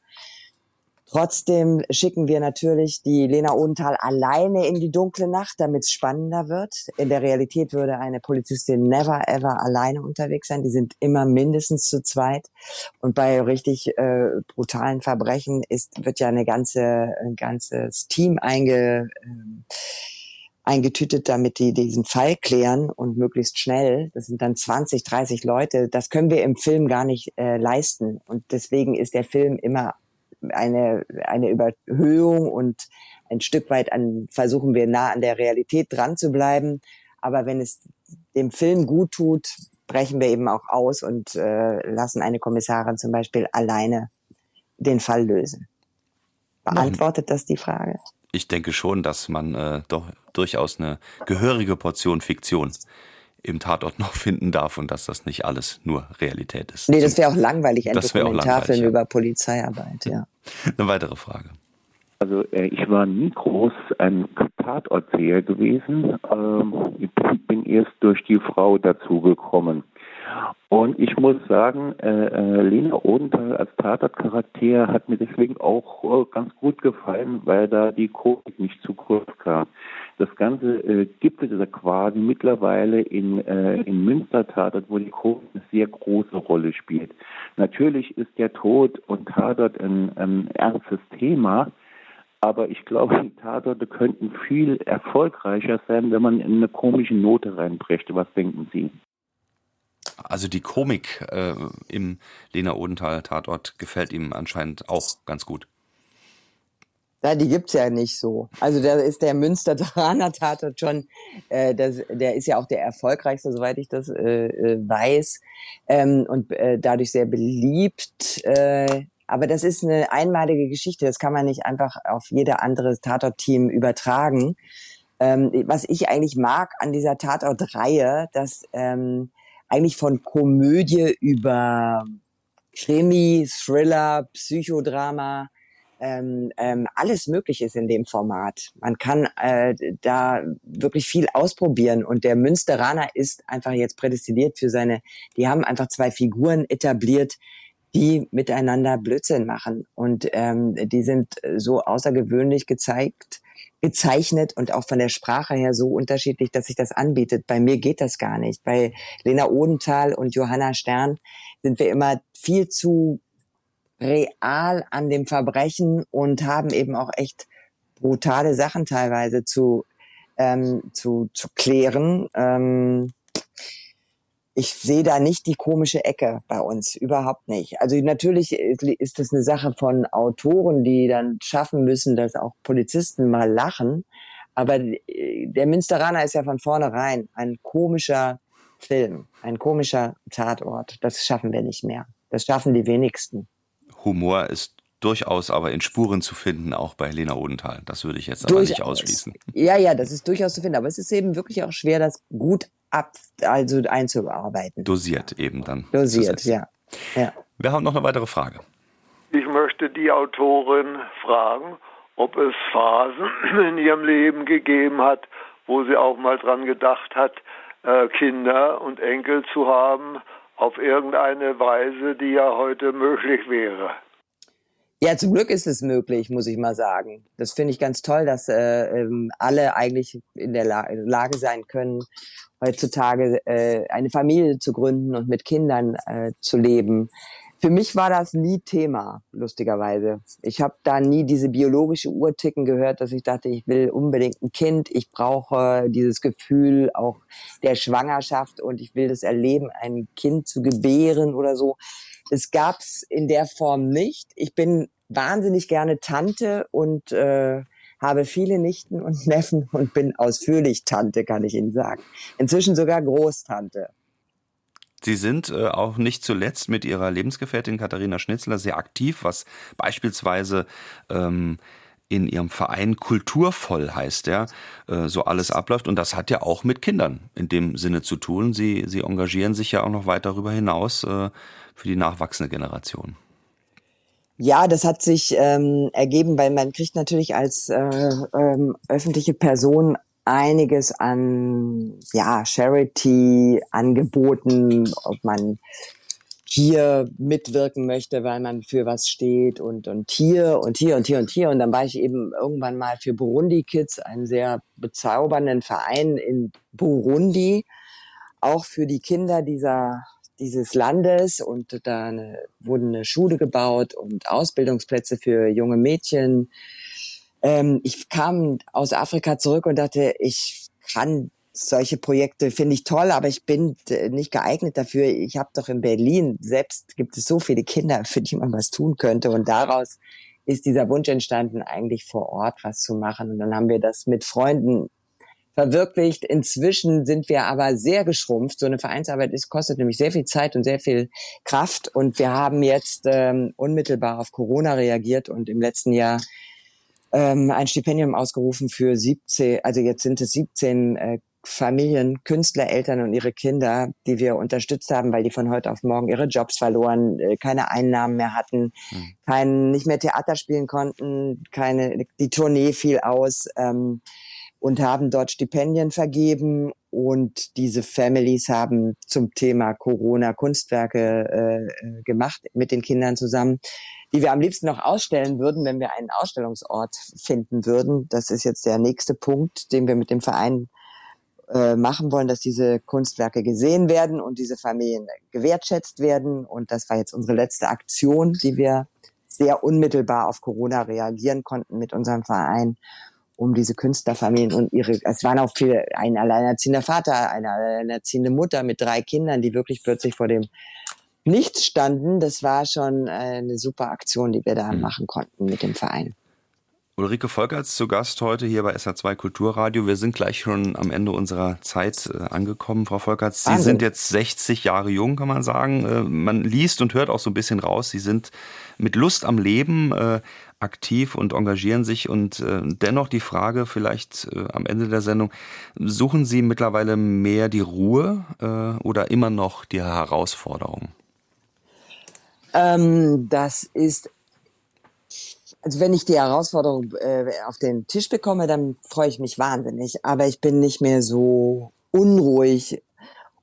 Speaker 3: Trotzdem schicken wir natürlich die Lena Odenthal alleine in die dunkle Nacht, damit es spannender wird. In der Realität würde eine Polizistin never ever alleine unterwegs sein. Die sind immer mindestens zu zweit. Und bei richtig äh, brutalen Verbrechen ist wird ja eine ganze ein ganzes Team einge, äh, eingetütet, damit die diesen Fall klären und möglichst schnell. Das sind dann zwanzig, dreißig Leute. Das können wir im Film gar nicht äh, leisten. Und deswegen ist der Film immer eine eine Überhöhung und ein Stück weit an versuchen wir nah an der Realität dran zu bleiben. Aber wenn es dem Film gut tut, brechen wir eben auch aus und äh, lassen eine Kommissarin zum Beispiel alleine den Fall lösen. Beantwortet das die Frage?
Speaker 2: Ich denke schon, dass man äh, doch durchaus eine gehörige Portion Fiktion im Tatort noch finden darf und dass das nicht alles nur Realität ist.
Speaker 3: Nee, das wäre auch langweilig, ein
Speaker 2: das
Speaker 3: Dokumentarfilm
Speaker 2: ja.
Speaker 3: über Polizeiarbeit, ja.
Speaker 2: Eine weitere Frage.
Speaker 10: Also äh, ich war nie groß ein Tatortseher gewesen. Ähm, ich bin erst durch die Frau dazugekommen. Und ich muss sagen, äh, äh, Lena Odenthal als Tatortcharakter hat mir deswegen auch äh, ganz gut gefallen, weil da die Komik nicht zu kurz kam. Das Ganze äh, gibt es ja quasi mittlerweile in, äh, in Münster-Tatort, wo die Komik eine sehr große Rolle spielt. Natürlich ist der Tod und Tatort ein, ein ernstes Thema, aber ich glaube, die Tatorte könnten viel erfolgreicher sein, wenn man in eine komische Note reinbrächte. Was denken Sie?
Speaker 2: Also die Komik äh, im Lena Odenthal Tatort gefällt ihm anscheinend auch ganz gut.
Speaker 3: Ja, die gibt's ja nicht so. Also da ist der Münsteraner Tatort schon, äh, das, der ist ja auch der erfolgreichste, soweit ich das äh, äh, weiß, ähm, und äh, dadurch sehr beliebt. Äh, aber das ist eine einmalige Geschichte. Das kann man nicht einfach auf jede andere Tatort-Team übertragen. Ähm, was ich eigentlich mag an dieser Tatort-Reihe, dass ähm, eigentlich von Komödie über Krimi, Thriller, Psychodrama, ähm, ähm, alles möglich ist in dem Format. Man kann äh, da wirklich viel ausprobieren und der Münsteraner ist einfach jetzt prädestiniert für seine, die haben einfach zwei Figuren etabliert, die miteinander Blödsinn machen und ähm, die sind so außergewöhnlich gezeigt, gezeichnet und auch von der Sprache her so unterschiedlich, dass sich das anbietet. Bei mir geht das gar nicht. Bei Lena Odenthal und Johanna Stern sind wir immer viel zu real an dem Verbrechen und haben eben auch echt brutale Sachen teilweise zu ähm, zu zu klären. Ähm, ich sehe da nicht die komische Ecke bei uns, überhaupt nicht. Also natürlich ist das eine Sache von Autoren, die dann schaffen müssen, dass auch Polizisten mal lachen. Aber der Münsteraner ist ja von vornherein ein komischer Film, ein komischer Tatort. Das schaffen wir nicht mehr. Das schaffen die wenigsten.
Speaker 2: Humor ist durchaus aber in Spuren zu finden, auch bei Lena Odenthal. Das würde ich jetzt aber nicht ausschließen.
Speaker 3: Ja, ja, das ist durchaus zu finden. Aber es ist eben wirklich auch schwer, das gut ab, also einzuarbeiten.
Speaker 2: Dosiert eben dann.
Speaker 3: Dosiert, ja. ja.
Speaker 2: Wir haben noch eine weitere Frage.
Speaker 11: Ich möchte die Autorin fragen, ob es Phasen in ihrem Leben gegeben hat, wo sie auch mal dran gedacht hat, Kinder und Enkel zu haben, auf irgendeine Weise, die ja heute möglich wäre.
Speaker 3: Ja, zum Glück ist es möglich, muss ich mal sagen. Das finde ich ganz toll, dass äh, alle eigentlich in der La- Lage sein können, heutzutage äh, eine Familie zu gründen und mit Kindern äh, zu leben. Für mich war das nie Thema, lustigerweise. Ich habe da nie diese biologische Uhr ticken gehört, dass ich dachte, ich will unbedingt ein Kind. Ich brauche dieses Gefühl auch der Schwangerschaft und ich will das erleben, ein Kind zu gebären oder so. Das gab's in der Form nicht. Ich bin wahnsinnig gerne Tante und äh, habe viele Nichten und Neffen und bin ausführlich Tante, kann ich Ihnen sagen. Inzwischen sogar Großtante.
Speaker 2: Sie sind äh, auch nicht zuletzt mit Ihrer Lebensgefährtin Katharina Schnitzler sehr aktiv, was beispielsweise ähm, in Ihrem Verein Kulturvoll heißt, ja, äh, so alles abläuft. Und das hat ja auch mit Kindern in dem Sinne zu tun. Sie, Sie engagieren sich ja auch noch weit darüber hinaus äh, für die nachwachsende Generation.
Speaker 3: Ja, das hat sich ähm, ergeben, weil man kriegt natürlich als äh, ähm, öffentliche Person einiges an ja Charity angeboten, ob man hier mitwirken möchte, weil man für was steht und und hier und hier und hier und hier. Und dann war ich eben irgendwann mal für Burundi Kids, einen sehr bezaubernden Verein in Burundi, auch für die Kinder dieser dieses Landes. Und da eine, wurde eine Schule gebaut und Ausbildungsplätze für junge Mädchen. Ähm, ich kam aus Afrika zurück und dachte, ich kann solche Projekte, finde ich toll, aber ich bin nicht geeignet dafür. Ich habe doch in Berlin selbst, gibt es so viele Kinder, für die man was tun könnte. Und daraus ist dieser Wunsch entstanden, eigentlich vor Ort was zu machen. Und dann haben wir das mit Freunden verwirklicht. Inzwischen sind wir aber sehr geschrumpft. So eine Vereinsarbeit ist, kostet nämlich sehr viel Zeit und sehr viel Kraft. Und wir haben jetzt ähm, unmittelbar auf Corona reagiert und im letzten Jahr ähm, ein Stipendium ausgerufen für siebzehn, also jetzt sind es siebzehn äh, Familien, Künstler, Eltern und ihre Kinder, die wir unterstützt haben, weil die von heute auf morgen ihre Jobs verloren, äh, keine Einnahmen mehr hatten, mhm. kein, nicht mehr Theater spielen konnten, keine, die Tournee fiel aus, ähm, und haben dort Stipendien vergeben. Und diese Families haben zum Thema Corona Kunstwerke äh, gemacht mit den Kindern zusammen, die wir am liebsten noch ausstellen würden, wenn wir einen Ausstellungsort finden würden. Das ist jetzt der nächste Punkt, den wir mit dem Verein äh, machen wollen, dass diese Kunstwerke gesehen werden und diese Familien gewertschätzt werden. Und das war jetzt unsere letzte Aktion, die wir sehr unmittelbar auf Corona reagieren konnten mit unserem Verein, um diese Künstlerfamilien und ihre, es waren auch viele, ein alleinerziehender Vater, eine alleinerziehende Mutter mit drei Kindern, die wirklich plötzlich vor dem Nichts standen. Das war schon eine super Aktion, die wir da machen konnten mit dem Verein.
Speaker 2: Ulrike Volkerts zu Gast heute hier bei S R zwei Kulturradio. Wir sind gleich schon am Ende unserer Zeit äh, angekommen, Frau Volkerts. Sie Wahnsinn. Sind jetzt sechzig Jahre jung, kann man sagen. Äh, man liest und hört auch so ein bisschen raus. Sie sind mit Lust am Leben äh, aktiv und engagieren sich. Und äh, dennoch die Frage vielleicht äh, am Ende der Sendung, suchen Sie mittlerweile mehr die Ruhe äh, oder immer noch die Herausforderung?
Speaker 3: Ähm, das ist Also wenn ich die Herausforderung äh, auf den Tisch bekomme, dann freue ich mich wahnsinnig. Aber ich bin nicht mehr so unruhig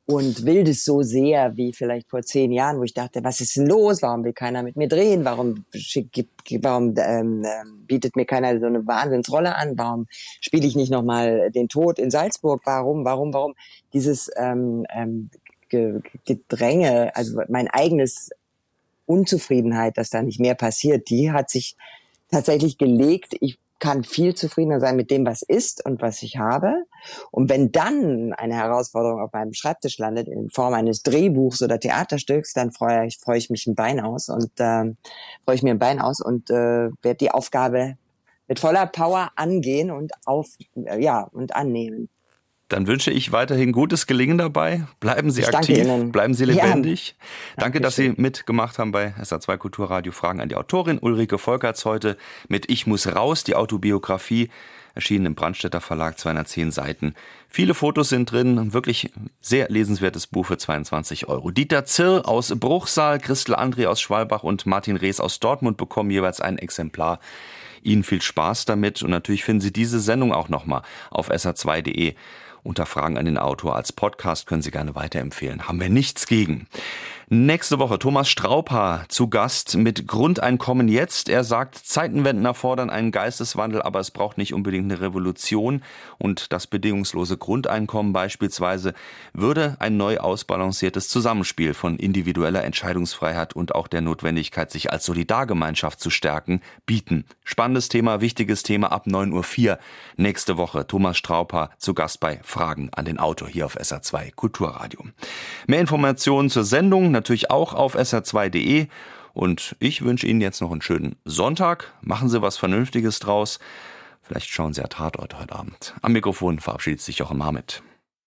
Speaker 3: und will das so sehr wie vielleicht vor zehn Jahren, wo ich dachte, was ist denn los? Warum will keiner mit mir drehen? Warum schick, warum ähm, bietet mir keiner so eine Wahnsinnsrolle an? Warum spiele ich nicht nochmal den Tod in Salzburg? Warum, warum, warum? Dieses ähm, ähm, Gedränge, also mein eigenes Unzufriedenheit, dass da nicht mehr passiert, die hat sich tatsächlich gelegt. Ich kann viel zufriedener sein mit dem, was ist und was ich habe. Und wenn dann eine Herausforderung auf meinem Schreibtisch landet, in Form eines Drehbuchs oder Theaterstücks, dann freue ich, freue ich mich ein Bein aus und äh, freue ich mir ein Bein aus und äh, werde die Aufgabe mit voller Power angehen und auf, äh, ja, und annehmen.
Speaker 2: Dann wünsche ich weiterhin gutes Gelingen dabei. Bleiben Sie
Speaker 3: ich
Speaker 2: aktiv, bleiben Sie lebendig.
Speaker 3: Ja.
Speaker 2: Danke, dass Sie mitgemacht haben bei S R zwei Kulturradio. Fragen an die Autorin Ulrike Volkerts heute mit Ich muss raus, die Autobiografie, erschienen im Brandstätter Verlag, zweihundertzehn Seiten. Viele Fotos sind drin, ein wirklich sehr lesenswertes Buch für zweiundzwanzig Euro. Dieter Zirr aus Bruchsal, Christel André aus Schwalbach und Martin Rees aus Dortmund bekommen jeweils ein Exemplar. Ihnen viel Spaß damit und natürlich finden Sie diese Sendung auch nochmal auf S R zwei punkt de. Unter Fragen an den Autor als Podcast können Sie gerne weiterempfehlen. Haben wir nichts gegen. Nächste Woche Thomas Straubhaar zu Gast mit Grundeinkommen jetzt. Er sagt, Zeitenwenden erfordern einen Geisteswandel, aber es braucht nicht unbedingt eine Revolution. Und das bedingungslose Grundeinkommen beispielsweise würde ein neu ausbalanciertes Zusammenspiel von individueller Entscheidungsfreiheit und auch der Notwendigkeit, sich als Solidargemeinschaft zu stärken, bieten. Spannendes Thema, wichtiges Thema ab neun Uhr vier nächste Woche. Thomas Straubhaar zu Gast bei Fragen an den Autor hier auf S R zwei Kulturradio. Mehr Informationen zur Sendung natürlich auch auf S R zwei punkt de und ich wünsche Ihnen jetzt noch einen schönen Sonntag. Machen Sie was Vernünftiges draus. Vielleicht schauen Sie ja Tatort heute Abend. Am Mikrofon verabschiedet sich Jochen Marmit.